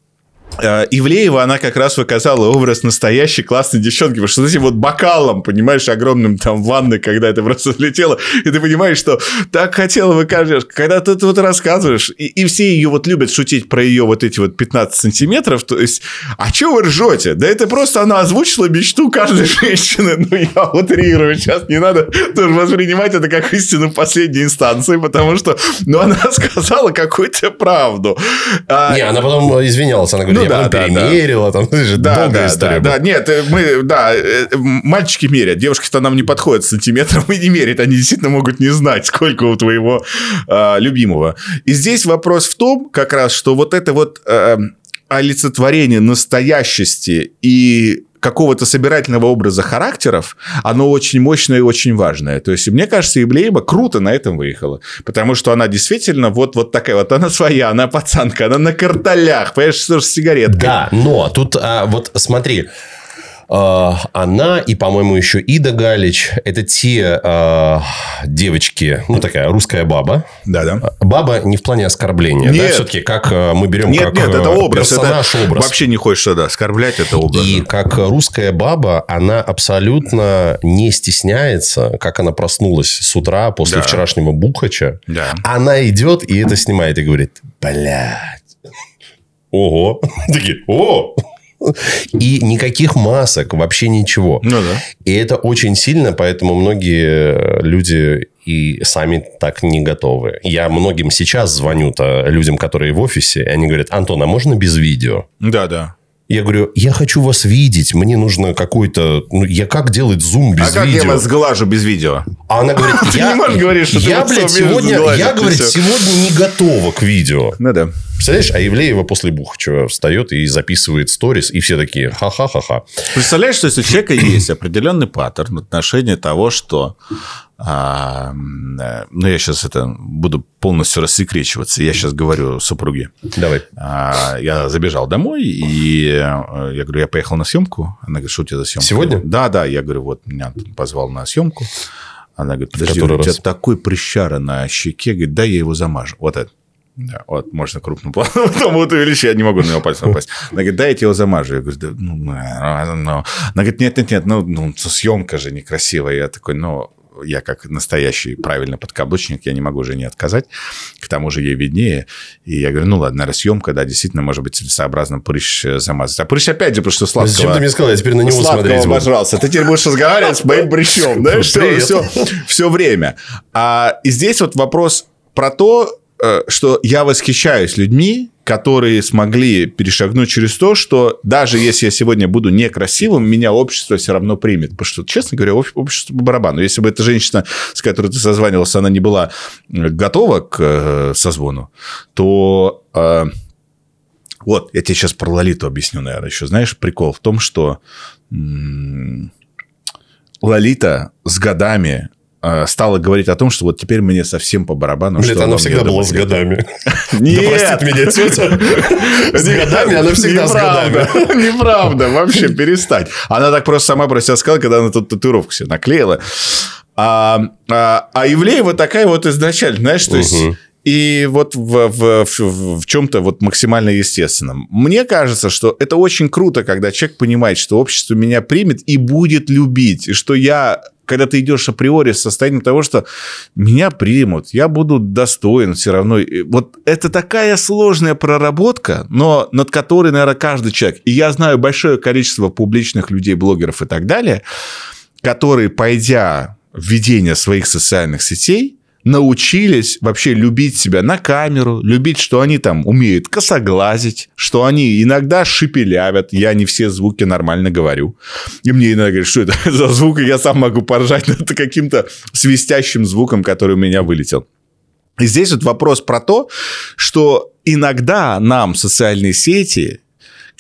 Ивлеева, она как раз показала образ настоящей классной девчонки, потому что с этим вот бокалом, понимаешь, огромным там в ванной, когда это просто залетело, и ты понимаешь, что так хотела вы кажешь, когда ты вот рассказываешь, и, и все ее вот любят шутить про ее вот эти вот пятнадцать сантиметров, то есть, а что вы ржете? Да это просто она озвучила мечту каждой женщины, ну я утрирую, сейчас не надо тоже воспринимать это как истину последней инстанции, потому что, ну она сказала какую-то правду. Не, она потом извинялась, она говорит, ну, я да, потом да, перемерила, там, это же да, долгая да, история да, была. да, нет, мы, да, мальчики мерят, девушки-то нам не подходят сантиметром и не мерят, они действительно могут не знать, сколько у твоего э, любимого. И здесь вопрос в том, как раз, что вот это вот э, олицетворение настоящести и какого-то собирательного образа характеров, оно очень мощное и очень важное. То есть, мне кажется, Ивлеева круто на этом выехала. Потому что она действительно вот, вот такая вот, она своя, она пацанка, она на карталях, понимаешь, что же с сигареткой. Да, но тут а, вот смотри, а, она и, по-моему, еще Ида Галич, это те а, девочки, ну, такая русская баба. Да-да. Баба не в плане оскорбления, нет. Да, все-таки как мы берем нет, как нет, это образ, персонаж, это образ. Вообще не хочешь да, оскорблять, это образ. И как русская баба, она абсолютно не стесняется, как она проснулась с утра после да. вчерашнего бухача. Да. Она идет и это снимает и говорит, блядь, ого, такие, о. И никаких масок, вообще ничего. Ну, да. И это очень сильно, поэтому многие люди и сами так не готовы. Я многим сейчас звоню-то людям, которые в офисе, и они говорят, Антон, а можно без видео? Да, да. Я говорю, я хочу вас видеть, мне нужно какой-то... Ну, я как делать зум без а видео? А как я вас сглажу без видео? А она говорит, Ты я, не можешь говорить, что я, ты блядь, сегодня, я, говорит, сегодня не готова к видео. Ну да. Представляешь, а Ивлеева после Бухачева встает и записывает сторис, и все такие ха-ха-ха-ха. Представляешь, что если у человека есть определенный паттерн в отношении того, что... А, ну, я сейчас это буду полностью рассекречиваться. Я сейчас говорю супруге. Давай. А, я забежал домой, и я говорю, я поехал на съемку. Она говорит, что у тебя за съемка? Сегодня? Да, да. Я говорю, вот меня позвал на съемку. Она говорит, подожди, у тебя раз? такой прыщара на щеке. Говорит, да, я его замажу. Вот это. Да, вот, можно крупным планом, потом вот увеличить, я не могу на него пальцем напасть. Она говорит, да, я тебе его замажу. Я говорю, да, ну, ну. Она говорит, нет, нет, нет, ну, ну, съемка же некрасивая. Я такой, ну, я как настоящий правильный подкаблучник, я не могу жене отказать, к тому же ей виднее. И я говорю, ну ладно, наверное, съемка, да, действительно, может быть, целесообразно прыщ замазать. А прыщ, опять же, потому что сладкого... Зачем ты мне сказал? Я теперь на него смотреть буду. Обожрался. Ты теперь будешь разговаривать с моим прыщом, да, все, все, все время. А, и здесь вот вопрос про то, что я восхищаюсь людьми, которые смогли перешагнуть через то, что даже если я сегодня буду некрасивым, меня общество все равно примет. Потому что, честно говоря, общество по барабану. Если бы эта женщина, с которой ты созванивался, она не была готова к созвону, то... Вот, я тебе сейчас про Лолиту объясню, наверное, еще. Знаешь, прикол в том, что Лолита с годами... стала говорить о том, что вот теперь мне совсем по барабану. Блин, она всегда была с годами. Нет! Да простит меня тетя. С годами она всегда с годами. Неправда, вообще перестань. Она так просто сама про себя сказала, когда она тут татуировку себе наклеила. А, а, а Ивлеева такая вот изначально, знаешь, то есть... И вот в, в, в, в чем-то вот максимально естественном. Мне кажется, что это очень круто, когда человек понимает, что общество меня примет и будет любить. И что я, когда ты идешь априори с состоянием того, что меня примут, я буду достоин все равно. Вот это такая сложная проработка, но над которой, наверное, каждый человек. И я знаю большое количество публичных людей, блогеров и так далее, которые, пойдя в ведение своих социальных сетей, научились вообще любить себя на камеру, любить, что они там умеют косоглазить, что они иногда шепелявят, я не все звуки нормально говорю. И мне иногда говорят, что это за звук, и я сам могу поржать над каким-то свистящим звуком, который у меня вылетел. И здесь вот вопрос про то, что иногда нам социальные сети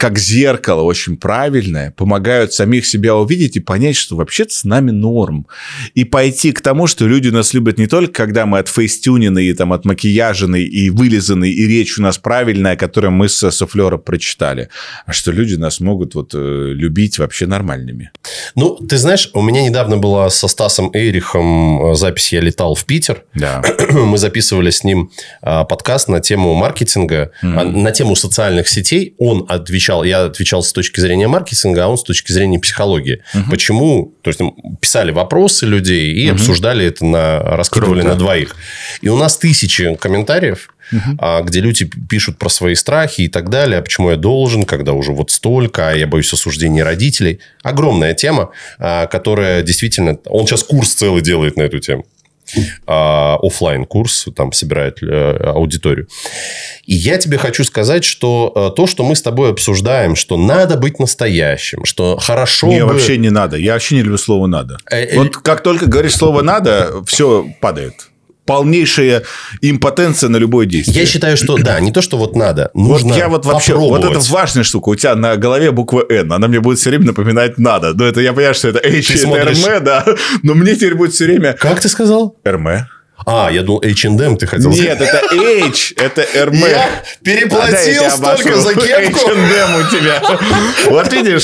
как зеркало очень правильное, помогают самих себя увидеть и понять, что вообще-то с нами норм. И пойти к тому, что люди нас любят не только, когда мы отфейстюнены, и там, отмакияжены, и вылизаны, и речь у нас правильная, которую мы с суфлера прочитали, а что люди нас могут вот, любить вообще нормальными. Ну, ты знаешь, у меня недавно была со Стасом Эрихом запись, я летал в Питер. Да. Мы записывали с ним подкаст на тему маркетинга, mm-hmm. на тему социальных сетей. Он отвечал, я отвечал с точки зрения маркетинга, а он с точки зрения психологии. Uh-huh. Почему? То есть, писали вопросы людей и uh-huh. обсуждали это, на, раскидывали Круто. на двоих. И у нас тысячи комментариев, uh-huh. где люди пишут про свои страхи и так далее. А почему я должен, когда уже вот столько, а я боюсь осуждения родителей. Огромная тема, которая действительно... Он сейчас курс целый делает на эту тему. Оффлайн курс, там собирает аудиторию. И я тебе хочу сказать, что то, что мы с тобой обсуждаем, что надо быть настоящим, что хорошо Мне бы... вообще не надо. Я вообще не люблю слово «надо». Вот как только говоришь слово «надо», все падает. Полнейшая импотенция на любое действие. Я считаю, что да, не то, что вот надо. Нужно вот я вот вообще, попробовать. Вот это важная штука. У тебя на голове буква «Н». Она мне будет все время напоминать «надо». Но это я понимаю, что это H, это смотришь... эр эм, да. Но мне теперь будет все время... Как ты сказал? эр эм. А, я думал, эйч энд эм ты хотел сказать. Нет, это H, это эр эм. Я переплатил а, да, столько за кепку. эйч энд эм у тебя. Вот видишь,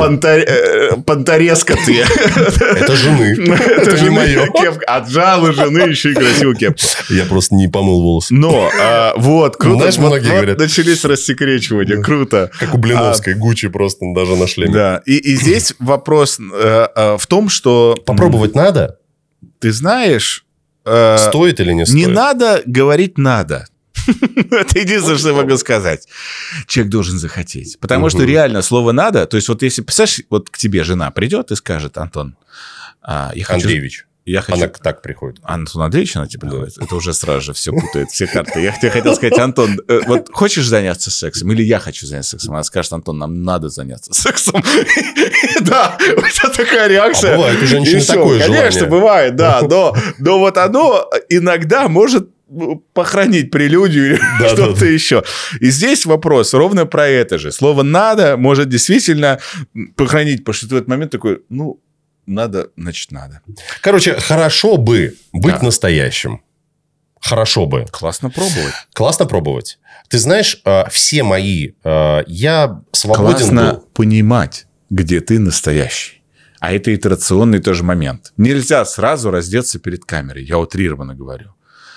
понторезка ты. Это жены. Это не мое. Отжала жены еще и красивую кепку. Я просто не помыл волосы. Но, вот, круто. Знаешь, многие говорят. Начались рассекречивания, круто. Как у Блиновской, Гуччи просто даже на шлеме. Да, и здесь вопрос в том, что... Попробовать надо? Ты знаешь... Стоит или не стоит? Не надо говорить «надо». Это единственное, что я могу сказать. Человек должен захотеть. Потому что реально слово «надо», то есть вот если, представляешь, вот к тебе жена придет и скажет: Антон, я хочу... Андреевич. Я хочу... Она так приходит. Антон Андреевич, она тебе говорит? Это уже сразу же все путает, все карты. Я тебе хотел сказать: Антон, вот хочешь заняться сексом? Или я хочу заняться сексом? Она скажет: Антон, нам надо заняться сексом. Да, вот такая реакция. Бывает у женщины такое желание. Конечно, бывает, да. Но вот оно иногда может похоронить прелюдию или да, что-то да, да. еще. И здесь вопрос ровно про это же. Слово «надо» может действительно похоронить, потому что ты в этот момент такой, ну, надо, значит, надо. Короче, хорошо бы быть да. настоящим. Хорошо бы. Классно пробовать. Классно пробовать. Ты знаешь, все мои... Я свободен... Классно был... понимать, где ты настоящий. А это итерационный тоже момент. Нельзя сразу раздеться перед камерой. Я утрированно говорю.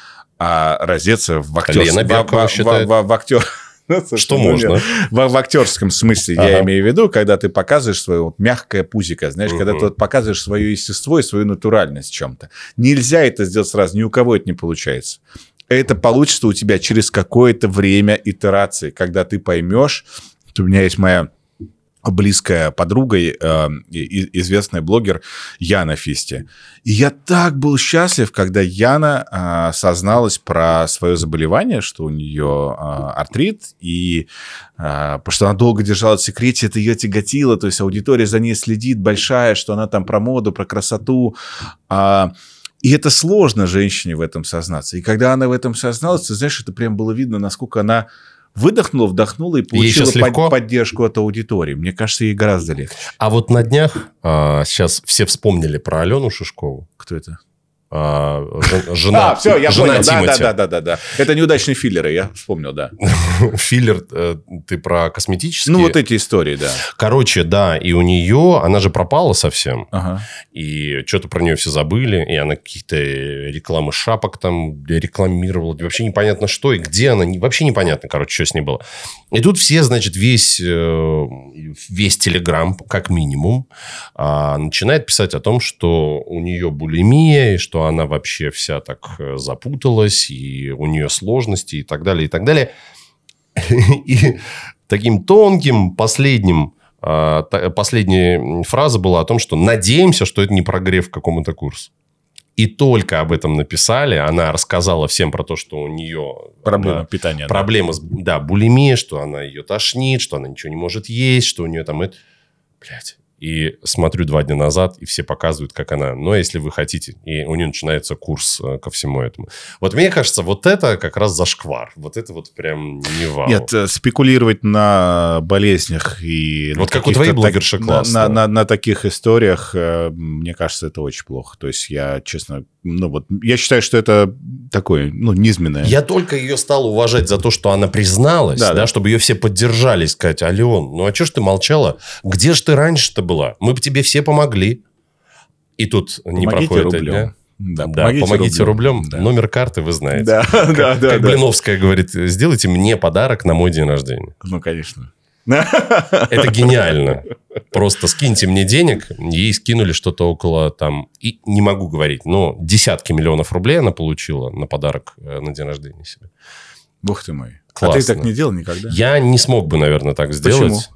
А раздеться в актерском... В, в, в, в, в актер... Что можно? В, в актерском смысле ага. я имею в виду, когда ты показываешь свое вот мягкое пузико, знаешь, угу. когда ты вот показываешь свое естество и свою натуральность в чем-то. Нельзя это сделать сразу, ни у кого это не получается. Это получится у тебя через какое-то время итерации, когда ты поймешь, что у меня есть моя близкая подруга, э, известный блогер Яна Фисти. И я так был счастлив, когда Яна э, созналась про свое заболевание, что у нее э, артрит, и э, потому что она долго держала в секрете, это ее тяготило, то есть аудитория за ней следит большая, что она там про моду, про красоту. Э, и это сложно женщине в этом сознаться. И когда она в этом созналась, ты знаешь, это прям было видно, насколько она выдохнула, вдохнула и получила под, поддержку от аудитории. Мне кажется, ей гораздо легче. А вот на днях а, сейчас все вспомнили про Алену Шишкову. Кто это? А, жена, а, все, я жена понял. Тимати. Да, да, да, да, да. Это неудачные филлеры, я вспомнил, да. Филлер, ты про косметические? Ну, вот эти истории, да. Короче, да, и у нее, она же пропала совсем. Ага. И что-то про нее все забыли, и она какие-то рекламы шапок там рекламировала. Вообще непонятно что и где она. Вообще непонятно, короче, что с ней было. И тут все, значит, весь, весь Телеграм, как минимум, начинает писать о том, что у нее булимия, и что она вообще вся так запуталась, и у нее сложности, и так далее, и так далее. И таким тонким последним, последняя фраза была о том, что надеемся, что это не прогрев к какому-то курсу. И только об этом написали, она рассказала всем про то, что у нее... Проблема она, питания. Проблема, да, булимия, что она ее тошнит, что она ничего не может есть, что у нее там... Блядь. И смотрю два дня назад, и все показывают, как она. Но если вы хотите, и у нее начинается курс ко всему этому. Вот мне кажется, вот это как раз зашквар. Вот это вот прям не вау. Нет, спекулировать на болезнях и... Вот как у твоей блогерши классно. На, на, на таких историях, мне кажется, это очень плохо. То есть я, честно... Ну вот, я считаю, что это такое, ну, низменное. Я только ее стал уважать за то, что она призналась, да, да, да. чтобы ее все поддержали, сказать: Ален, ну а что ж ты молчала? Где ж ты раньше-то была? Мы бы тебе все помогли. И тут помогите не проходит рублем. Да, да, помогите, помогите рублем. рублем. Да. Номер карты вы знаете. Да, как, да, да. Как да. Блиновская говорит: сделайте мне подарок на мой день рождения. Ну, конечно. Это гениально. Просто скиньте мне денег. Ей скинули что-то около там... И не могу говорить, но десятки миллионов рублей она получила на подарок на день рождения себе. Бог ты мой. Классно. А ты так не делал никогда? Я не смог бы, наверное, так сделать. Почему?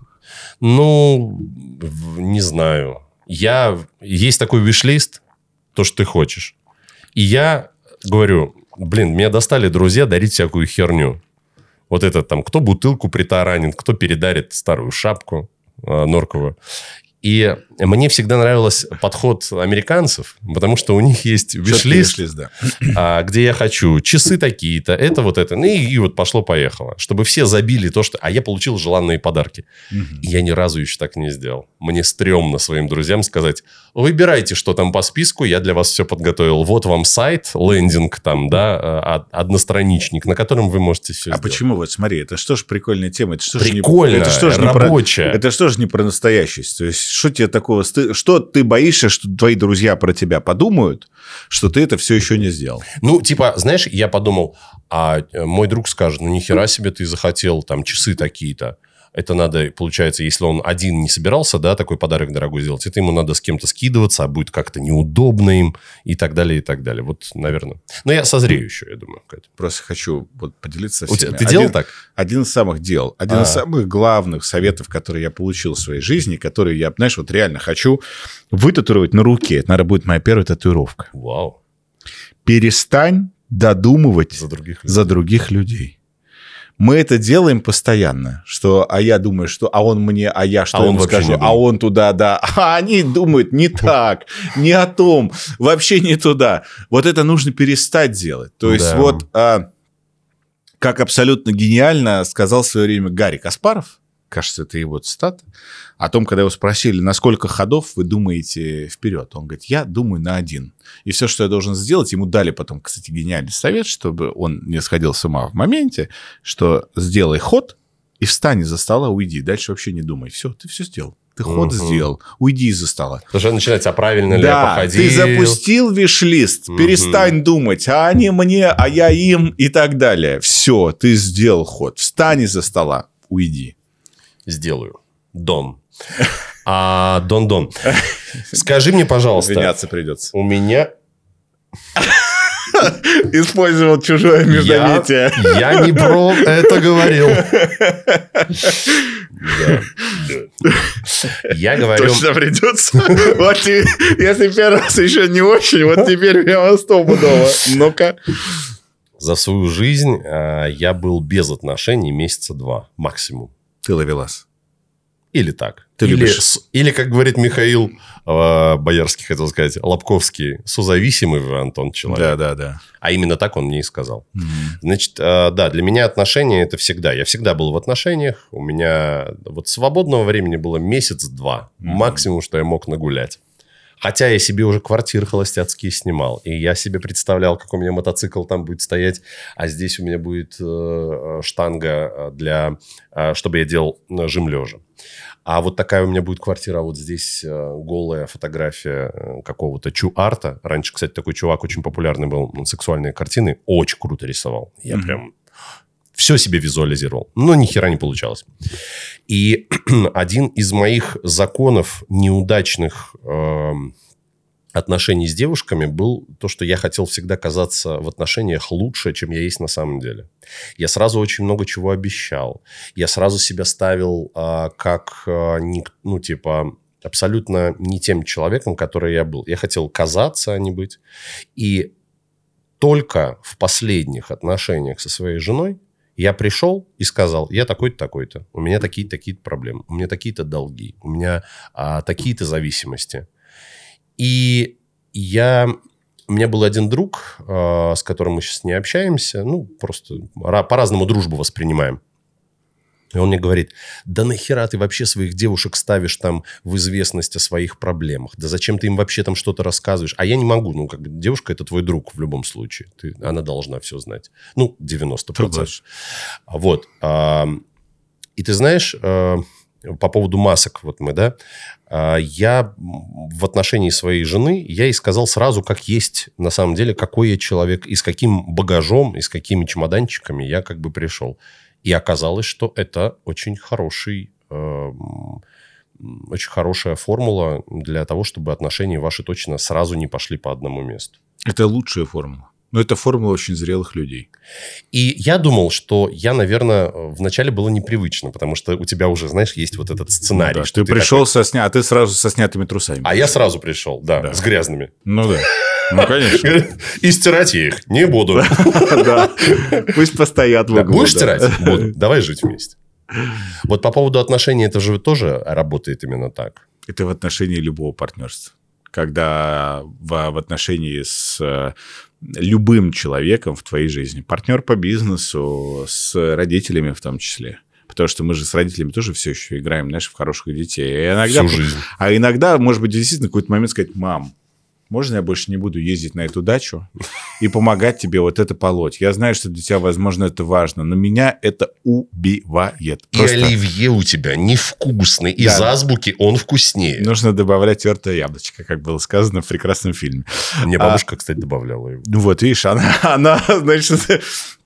Ну, не знаю. Я... Есть такой виш-лист, то, что ты хочешь. И я говорю: блин, меня достали друзья дарить всякую херню. Вот это там, кто бутылку притаранит, кто передарит старую шапку э, норковую. И мне всегда нравился подход американцев, потому что у них есть виш-лист, да. где я хочу часы такие-то, это вот это. Ну, и, и вот пошло-поехало. Чтобы все забили то, что... А я получил желанные подарки. Угу. И я ни разу еще так не сделал. Мне стрёмно своим друзьям сказать: выбирайте, что там по списку, я для вас все подготовил. Вот вам сайт, лендинг там, да, одностраничник, на котором вы можете все а сделать. А почему? Вот смотри, это что ж прикольная тема. Это что Прикольно, же не, это что ж рабочая. Не про, это что же не про настоящесть? То есть, что тебе такого... Что ты боишься, что твои друзья про тебя подумают, что ты это все еще не сделал? Ну, типа, знаешь, я подумал, а мой друг скажет: ну, нихера себе ты захотел там часы такие-то. Это надо, получается, если он один не собирался, да, такой подарок дорогой сделать, это ему надо с кем-то скидываться, а будет как-то неудобно им и так далее, и так далее. Вот, наверное. Но я созрею еще, я думаю. Просто хочу вот поделиться со всеми. Ты делал так? Один из самых дел. Один А-а-а. из самых главных советов, которые я получил в своей жизни, которые я, знаешь, вот реально хочу вытатуировать на руке. Это, наверное, будет моя первая татуировка. Вау. Перестань додумывать за других людей. За других людей. Мы это делаем постоянно, что, а я думаю, что, а он мне, а я что а ему скажу, а он туда, да, а они думают не так, не о том, вообще не туда. Вот это нужно перестать делать. То есть да. вот, а, как абсолютно гениально сказал в свое время Гарри Каспаров, кажется, это его цитата, о том, когда его спросили, на сколько ходов вы думаете вперед. Он говорит: я думаю на один. И все, что я должен сделать, ему дали потом, кстати, гениальный совет, чтобы он не сходил с ума в моменте, что сделай ход и встань из-за стола, уйди. Дальше вообще не думай. Все, ты все сделал. Ты ход угу. сделал, уйди из-за стола. Потому что начинается: а правильно ли да, я походил? Ты запустил виш-лист, угу. перестань думать, а они мне, а я им и так далее. Все, ты сделал ход. Встань из-за стола, уйди. Сделаю. Дон. А, Дон-Дон. Скажи мне, пожалуйста. Извиняться придется. У меня... Использовал чужое междометие. Я, я не про это говорил. Да. Я говорю... Точно придется. Вот если первый раз еще не очень, вот теперь прямо стопудово. Ну-ка. За свою жизнь я был без отношений месяца два максимум. Ты ловелас. Или так. Ты или, любишь. Или, как говорит Михаил э, Боярский, хотел сказать, Лобковский, созависимый вы, Антон, человек. Да, да, да. А именно так он мне и сказал. Mm-hmm. Значит, э, да, для меня отношения – это всегда. Я всегда был в отношениях. У меня вот свободного времени было месяц-два. Mm-hmm. Максимум, что я мог нагулять. Хотя я себе уже квартиры холостяцкие снимал. И я себе представлял, как у меня мотоцикл там будет стоять. А здесь у меня будет э, штанга, для, э, чтобы я делал жим лежа. А вот такая у меня будет квартира. А вот здесь э, голая фотография э, какого-то чу-арта. Раньше, кстати, такой чувак очень популярный был. Он сексуальные картины очень круто рисовал. Я mm-hmm. прям... Все себе визуализировал. Но ни хера не получалось. И один из моих законов неудачных э, отношений с девушками был то, что я хотел всегда казаться в отношениях лучше, чем я есть на самом деле. Я сразу очень много чего обещал. Я сразу себя ставил э, как, э, не, ну, типа, абсолютно не тем человеком, который я был. Я хотел казаться, а не быть. И только в последних отношениях со своей женой Я пришел и сказал, я такой-то, такой-то, у меня такие-то, такие-то проблемы, у меня такие-то долги, у меня а, такие-то зависимости. И я... У меня был один друг, а, с которым мы сейчас не общаемся, ну, просто по-разному дружбу воспринимаем. И он мне говорит, да нахера ты вообще своих девушек ставишь там в известность о своих проблемах? Да зачем ты им вообще там что-то рассказываешь? А я не могу. Ну, как бы девушка – это твой друг в любом случае. Ты, она должна все знать. Ну, девяносто процентов. Вот. А, и ты знаешь, а, по поводу масок, вот мы, да, а, я в отношении своей жены, я ей сказал сразу, как есть на самом деле, какой я человек, и с каким багажом, и с какими чемоданчиками я как бы пришел. И оказалось, что это очень хороший, э, очень хорошая формула для того, чтобы отношения ваши точно сразу не пошли по одному месту. Это лучшая формула. Но это формула очень зрелых людей. И я думал, что я, наверное, вначале было непривычно, потому что у тебя уже, знаешь, есть вот этот сценарий. Ну, да, что ты, ты пришел такой... со сня... а ты сразу со снятыми трусами. А пришел. Я сразу пришел, да, да, с грязными. Ну да. Ну, конечно. И стирать я их не буду. Да. Пусть постоят в углу. Будешь стирать? Буду. Давай жить вместе. Вот по поводу отношений, это же тоже работает именно так. Это в отношении любого партнерства. Когда в, в отношении с любым человеком в твоей жизни, партнер по бизнесу, с родителями в том числе. Потому что мы же с родителями тоже все еще играем, знаешь, в хороших детей. И иногда, всю жизнь. А иногда, может быть, действительно, в какой-то момент сказать: мам, можно я больше не буду ездить на эту дачу и помогать тебе вот это полоть? Я знаю, что для тебя, возможно, это важно, но меня это убивает. Просто... И оливье у тебя невкусный. Из да. азбуки он вкуснее. Нужно добавлять тертое яблочко, как было сказано в прекрасном фильме. Мне бабушка, а... кстати, добавляла его. Ну вот, видишь, она, она значит,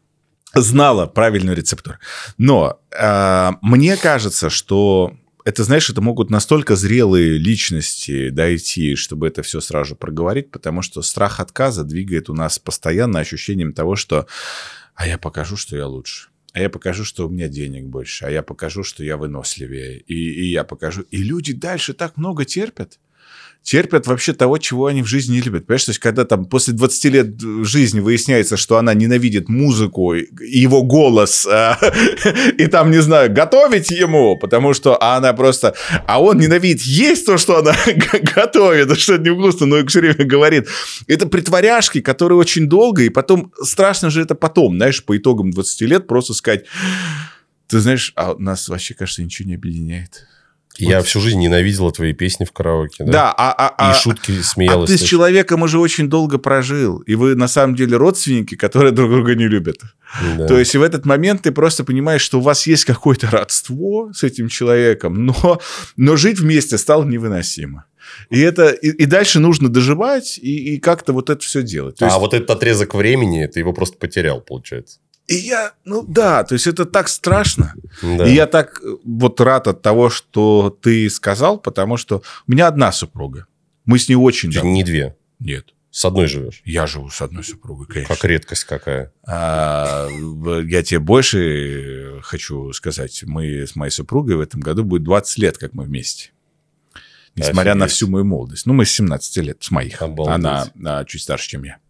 знала правильную рецептуру. Но э, мне кажется, что... Это, знаешь, это могут настолько зрелые личности дойти, чтобы это все сразу проговорить, потому что страх отказа двигает у нас постоянно ощущением того, что «а я покажу, что я лучше». А я покажу, что у меня денег больше. А я покажу, что я выносливее. И, и я покажу. И люди дальше так много терпят. Терпят вообще того, чего они в жизни не любят. Понимаешь, то есть, когда там после двадцати лет жизни выясняется, что она ненавидит музыку, его голос, а, и там, не знаю, готовить ему, потому что а она просто... А он ненавидит есть то, что она готовит, что это невкусно, но все время говорит. Это притворяшки, которые очень долго, и потом страшно же это потом, знаешь, по итогам двадцати лет просто сказать: ты знаешь, а нас вообще, кажется, ничего не объединяет. Я вот. Всю жизнь ненавидела твои песни в караоке, да? Да, а, а, и а, шутки смеялась. А ты с человеком уже очень долго прожил, и вы на самом деле родственники, которые друг друга не любят. Да. То есть в этот момент ты просто понимаешь, что у вас есть какое-то родство с этим человеком, но, но жить вместе стало невыносимо. И, это, и, и дальше нужно доживать и, и как-то вот это все делать. То а есть... вот этот отрезок времени, ты его просто потерял, получается. И я, ну да, то есть это так страшно. Да. И я так вот рад от того, что ты сказал, потому что у меня одна супруга. Мы с ней очень давно. Не две? Нет. С одной живешь? Я живу с одной супругой, конечно. Как редкость какая. А, я тебе больше хочу сказать. Мы с моей супругой в этом году будет двадцать лет, как мы вместе. Несмотря Офигеть. На всю мою молодость. Ну, мы с семнадцати лет, с моих. Обалдеть. Она, она чуть старше, чем я.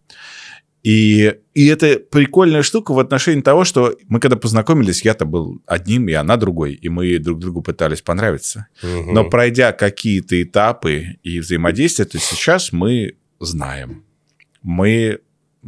И, и это прикольная штука в отношении того, что мы когда познакомились, я-то был одним, и она другой, и мы друг другу пытались понравиться. Угу. Но пройдя какие-то этапы и взаимодействия, то сейчас мы знаем. Мы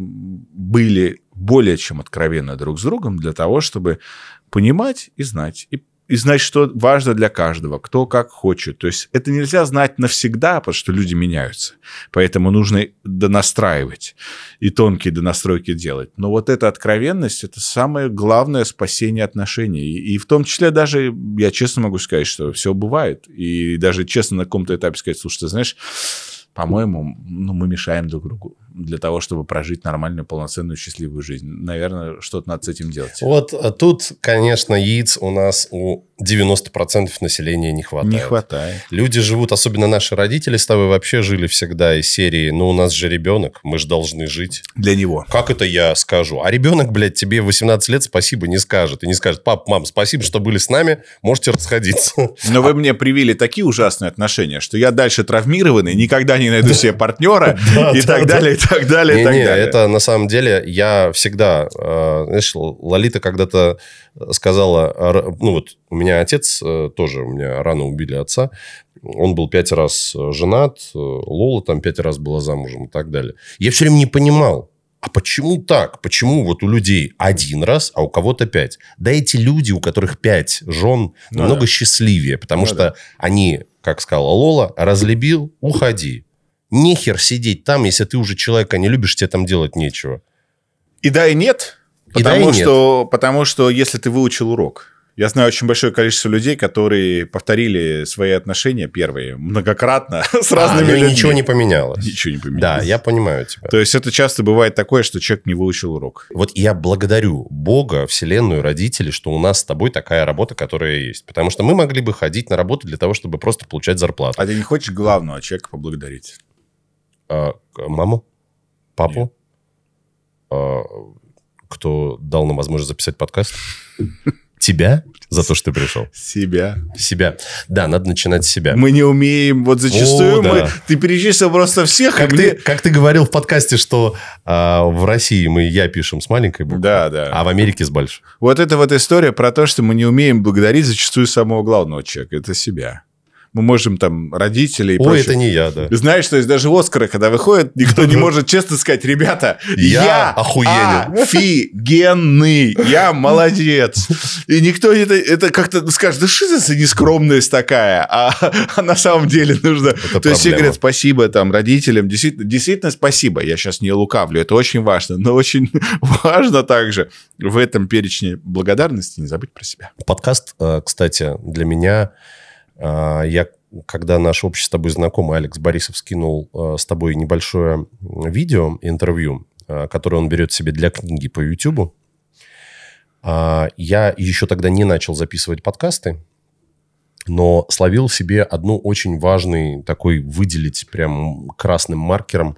были более чем откровенны друг с другом для того, чтобы понимать и знать, и И знать, что важно для каждого, кто как хочет. То есть это нельзя знать навсегда, потому что люди меняются. Поэтому нужно донастраивать и тонкие донастройки делать. Но вот эта откровенность – это самое главное спасение отношений. И, и в том числе даже, я честно могу сказать, что все бывает. И даже честно на каком-то этапе сказать: слушай, ты знаешь, по-моему, ну, мы мешаем друг другу для того, чтобы прожить нормальную, полноценную, счастливую жизнь. Наверное, что-то надо с этим делать. Вот тут, конечно, яиц у нас у девяноста процентов населения не хватает. Не хватает. Люди живут, особенно наши родители с тобой вообще жили всегда из серии: ну, у нас же ребенок, мы же должны жить. Для него. Как это я скажу? А ребенок, блядь, тебе в восемнадцать лет спасибо не скажет. И не скажет: пап, мам, спасибо, что были с нами, можете расходиться. Но вы мне привили такие ужасные отношения, что я дальше травмированный, никогда не найду себе партнера и так далее. так далее, и так Не-не, далее. это на самом деле я всегда... Э, знаешь, Лолита когда-то сказала... Ну вот у меня отец э, тоже, у меня рано убили отца. Он был пять раз женат, Лола там пять раз была замужем и так далее. Я все время не понимал, а почему так? Почему вот у людей один раз, а у кого-то пять? Да эти люди, у которых пять жен, ну, намного да. счастливее, потому ну, что да. они, как сказала Лола, разлюбил, уходи. Нехер сидеть там, если ты уже человека не любишь, тебе там делать нечего. И да, и нет. И Потому, да, и что, нет. потому что если ты выучил урок... Я знаю очень большое количество людей, которые повторили свои отношения первые многократно с разными а, людьми. ничего не поменялось. Ничего не поменялось. Да, я понимаю тебя. То есть это часто бывает такое, что человек не выучил урок. Вот я благодарю Бога, Вселенную, родителей, что у нас с тобой такая работа, которая есть. Потому что мы могли бы ходить на работу для того, чтобы просто получать зарплату. А ты не хочешь главного человека поблагодарить? А, маму? Папу? А, кто дал нам возможность записать подкаст? Тебя за то, что ты пришел? Себя. Себя. Да, надо начинать с себя. Мы не умеем. Вот зачастую О, да. мы... Ты перечислил просто всех. Как, мне... ты, как ты говорил в подкасте, что а, в России мы «я» пишем с маленькой буквы, да, да. а в Америке с большой. Вот это вот история про то, что мы не умеем благодарить зачастую самого главного человека. Это себя. Мы можем там родителей и Ой, прочее. это не я, да. Знаешь, то есть даже Оскары, когда выходят, никто не может честно сказать: ребята, я, я охуенен. офигенный, я молодец. И никто это, это как-то скажет: да что за нескромность такая? А, а на самом деле нужно... Это то есть все проблема. говорят спасибо там родителям. Действительно, действительно спасибо. Я сейчас не лукавлю, это очень важно. Но очень важно также в этом перечне благодарности не забыть про себя. Подкаст, кстати, для меня... Я, когда наш общий с тобой знакомый Алекс Борисов скинул с тобой небольшое видео, интервью, которое он берет себе для книги по Ютубу, я еще тогда не начал записывать подкасты, но словил себе одну очень важный, такой выделить прям красным маркером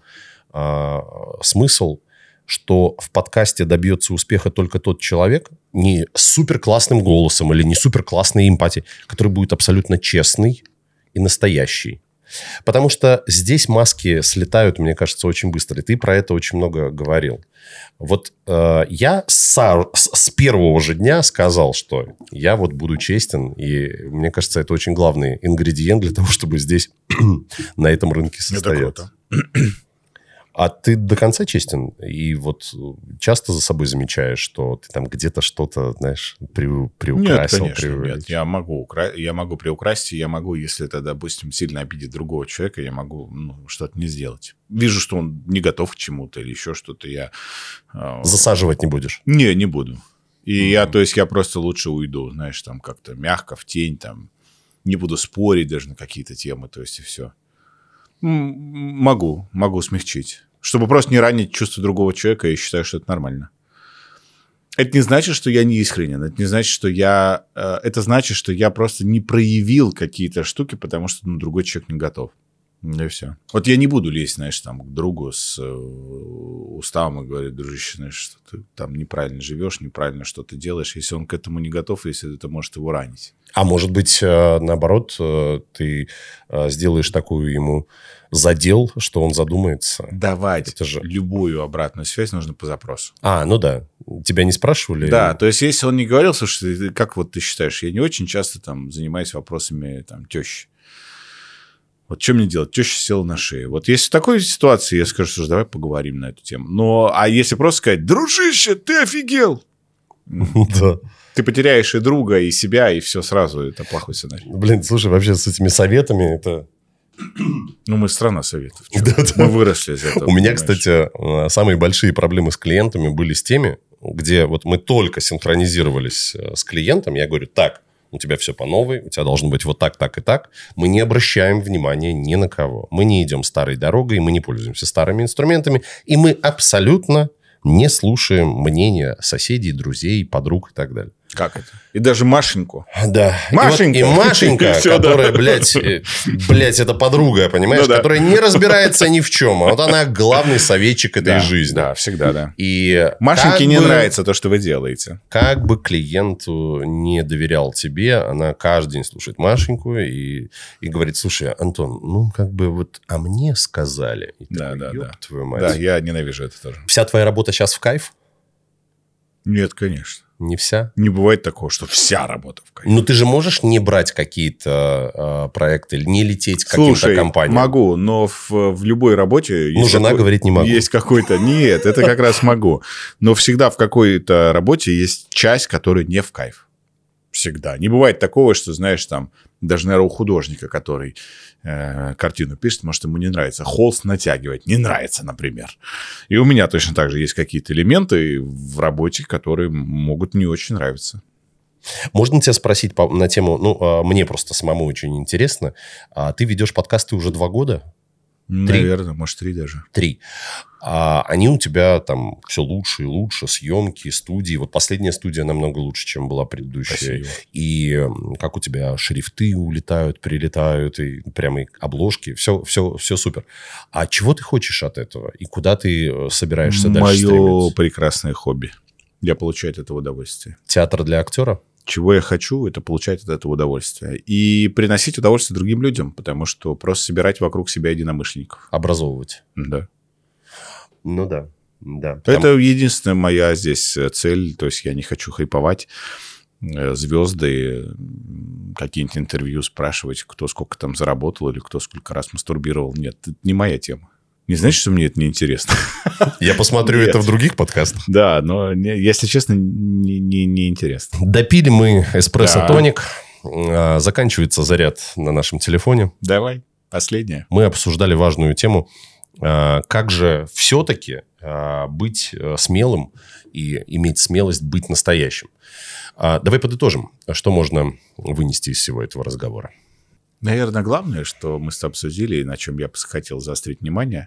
смысл, что в подкасте добьется успеха только тот человек, не с суперклассным голосом или не суперклассной эмпатией, который будет абсолютно честный и настоящий. Потому что здесь маски слетают, мне кажется, очень быстро. И ты про это очень много говорил. Вот э, я с, с первого же дня сказал, что я вот буду честен. И мне кажется, это очень главный ингредиент для того, чтобы здесь на этом рынке состояться. Это круто. А ты до конца честен? И вот часто за собой замечаешь, что ты там где-то что-то, знаешь, при, приукрасил? Нет, конечно, нет. Я могу, укра... я могу приукрасить, я могу, если это, допустим, сильно обидит другого человека, я могу ну, что-то не сделать. Вижу, что он не готов к чему-то или еще что-то. Я... Засаживать не будешь? Не, не буду. И mm-hmm. я, то есть, я просто лучше уйду, знаешь, там как-то мягко, в тень, там, не буду спорить даже на какие-то темы, то есть, и все. Могу, могу смягчить. Чтобы просто не ранить чувства другого человека, я считаю, что это нормально. Это не значит, что я не искренен. Это не значит, что я... Это значит, что я просто не проявил какие-то штуки, потому что ну, другой человек не готов. И все. Вот я не буду лезть, знаешь, там, к другу с уставом и говорить: дружище, знаешь, что ты там неправильно живешь, неправильно что-то делаешь, если он к этому не готов, если это может его ранить. А может быть, наоборот, ты сделаешь такую ему задел, что он задумается? Давать это же... любую обратную связь нужно по запросу. А, ну да. Тебя не спрашивали? Да, то есть, если он не говорил: слушай, как вот ты считаешь, я не очень часто там занимаюсь вопросами там тещи. Вот что мне делать? Теща села на шею. Вот если в такой ситуации я скажу: слушай, давай поговорим на эту тему. Но, а если просто сказать: дружище, ты офигел! Да. Ты потеряешь и друга, и себя, и все сразу. Это плохой сценарий. Блин, слушай, вообще с этими советами это... Ну, мы страна советов. Мы выросли из этого. У меня, кстати, самые большие проблемы с клиентами были с теми, где вот мы только синхронизировались с клиентом. Я говорю: так, у тебя все по новой, у тебя должно быть вот так, так и так. Мы не обращаем внимания ни на кого. Мы не идем старой дорогой, мы не пользуемся старыми инструментами. И мы абсолютно не слушаем мнения соседей, друзей, подруг и так далее. Как это? И даже Машеньку. Да. Машенька. И, вот, и Машенька, Все, которая, да. блядь, блядь, это подруга, понимаешь, Ну, да. которая не разбирается ни в чем. А вот она главный советчик этой Да, жизни. Да, всегда, да. И Машеньке не бы, нравится то, что вы делаете. Как бы клиенту не доверял тебе, она каждый день слушает Машеньку и, и говорит, слушай, Антон, ну, как бы вот, а мне сказали. И Да, такой, да, ёб да. твою мать. Да, я ненавижу это тоже. Вся твоя работа сейчас в кайф? Нет, конечно. Не вся? Не бывает такого, что вся работа в кайф. Ну, ты же можешь не брать какие-то э, проекты, или не лететь к каким-то Слушай, компаниям? могу, но в, в любой работе... Ну, жена какой- говорит, не могу. Есть какой-то... Нет, это как раз могу. Но всегда в какой-то работе есть часть, которая не в кайф. Всегда. Не бывает такого, что, знаешь, там, даже, наверное, у художника, который э, картину пишет, может, ему не нравится. Холст натягивать не нравится, например. И у меня точно так же есть какие-то элементы в работе, которые могут не очень нравиться. Можно тебя спросить по, на тему... Ну, э, мне просто самому очень интересно. А ты ведешь подкасты уже два года? Наверное, может, три даже. Три. А они у тебя там все лучше и лучше. Съемки, студии. Вот последняя студия намного лучше, чем была предыдущая. Спасибо. И как у тебя шрифты улетают, прилетают, и прямо и обложки. Все, все, все супер. А чего ты хочешь от этого? И куда ты собираешься дальше Мое стремиться? прекрасное хобби. Я получаю от этого удовольствие. Театр для актера? Чего я хочу, это получать от этого удовольствие. И приносить удовольствие другим людям, потому что просто собирать вокруг себя единомышленников. Образовывать. Да. Ну да. Да. Это единственная моя здесь цель. То есть я не хочу хайповать звезды, какие-нибудь интервью спрашивать, кто сколько там заработал или кто сколько раз мастурбировал. Нет, это не моя тема. Не значит, что мне это неинтересно. Я посмотрю Нет. это в других подкастах. Да, но, не- если честно, не, не, не интересно. Допили мы эспрессо-тоник. Да. А, Заканчивается заряд на нашем телефоне. Давай, последнее. Мы обсуждали важную тему. а, Как же все-таки а, быть а, смелым и иметь смелость быть настоящим. А, Давай подытожим, что можно вынести из всего этого разговора. Наверное, главное, что мы с тобой обсудили, и на чем я хотел заострить внимание,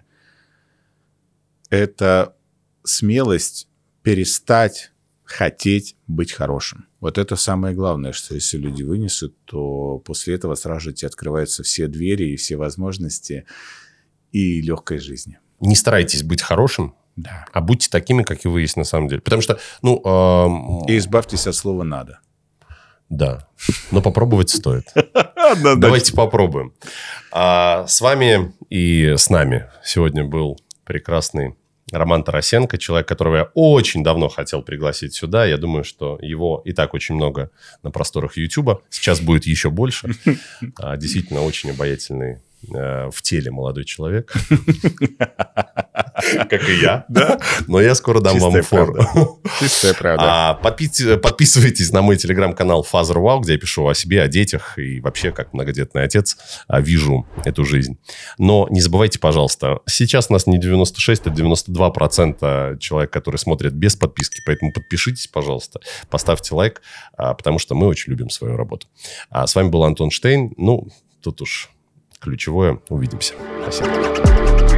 это смелость перестать хотеть быть хорошим. Вот это самое главное, что если люди вынесут, то после этого сразу же тебе открываются все двери и все возможности и легкой жизни. Не старайтесь быть хорошим, Да. а будьте такими, как и вы есть на самом деле. Потому что, ну... эм, И избавьтесь от слова «надо». Да, но попробовать стоит. Давайте попробуем. А, с вами и с нами сегодня был прекрасный Роман Тарасенко, человек, которого я очень давно хотел пригласить сюда. Я думаю, что его и так очень много на просторах Ютуба. Сейчас будет еще больше. А, действительно, очень обаятельный э, в теле молодой человек. Как и я. Да? Но я скоро дам вам Чистая фору. правда. Чистая правда. А, подпи- подписывайтесь на мой телеграм-канал Father Wow, где я пишу о себе, о детях и вообще, как многодетный отец, а, вижу эту жизнь. Но не забывайте, пожалуйста, сейчас у нас не девяносто шесть, а девяносто два процента человек, которые смотрят без подписки. Поэтому подпишитесь, пожалуйста, поставьте лайк, а, потому что мы очень любим свою работу. А с вами был Антон Штейн. Ну, тут уж ключевое. Увидимся. Спасибо.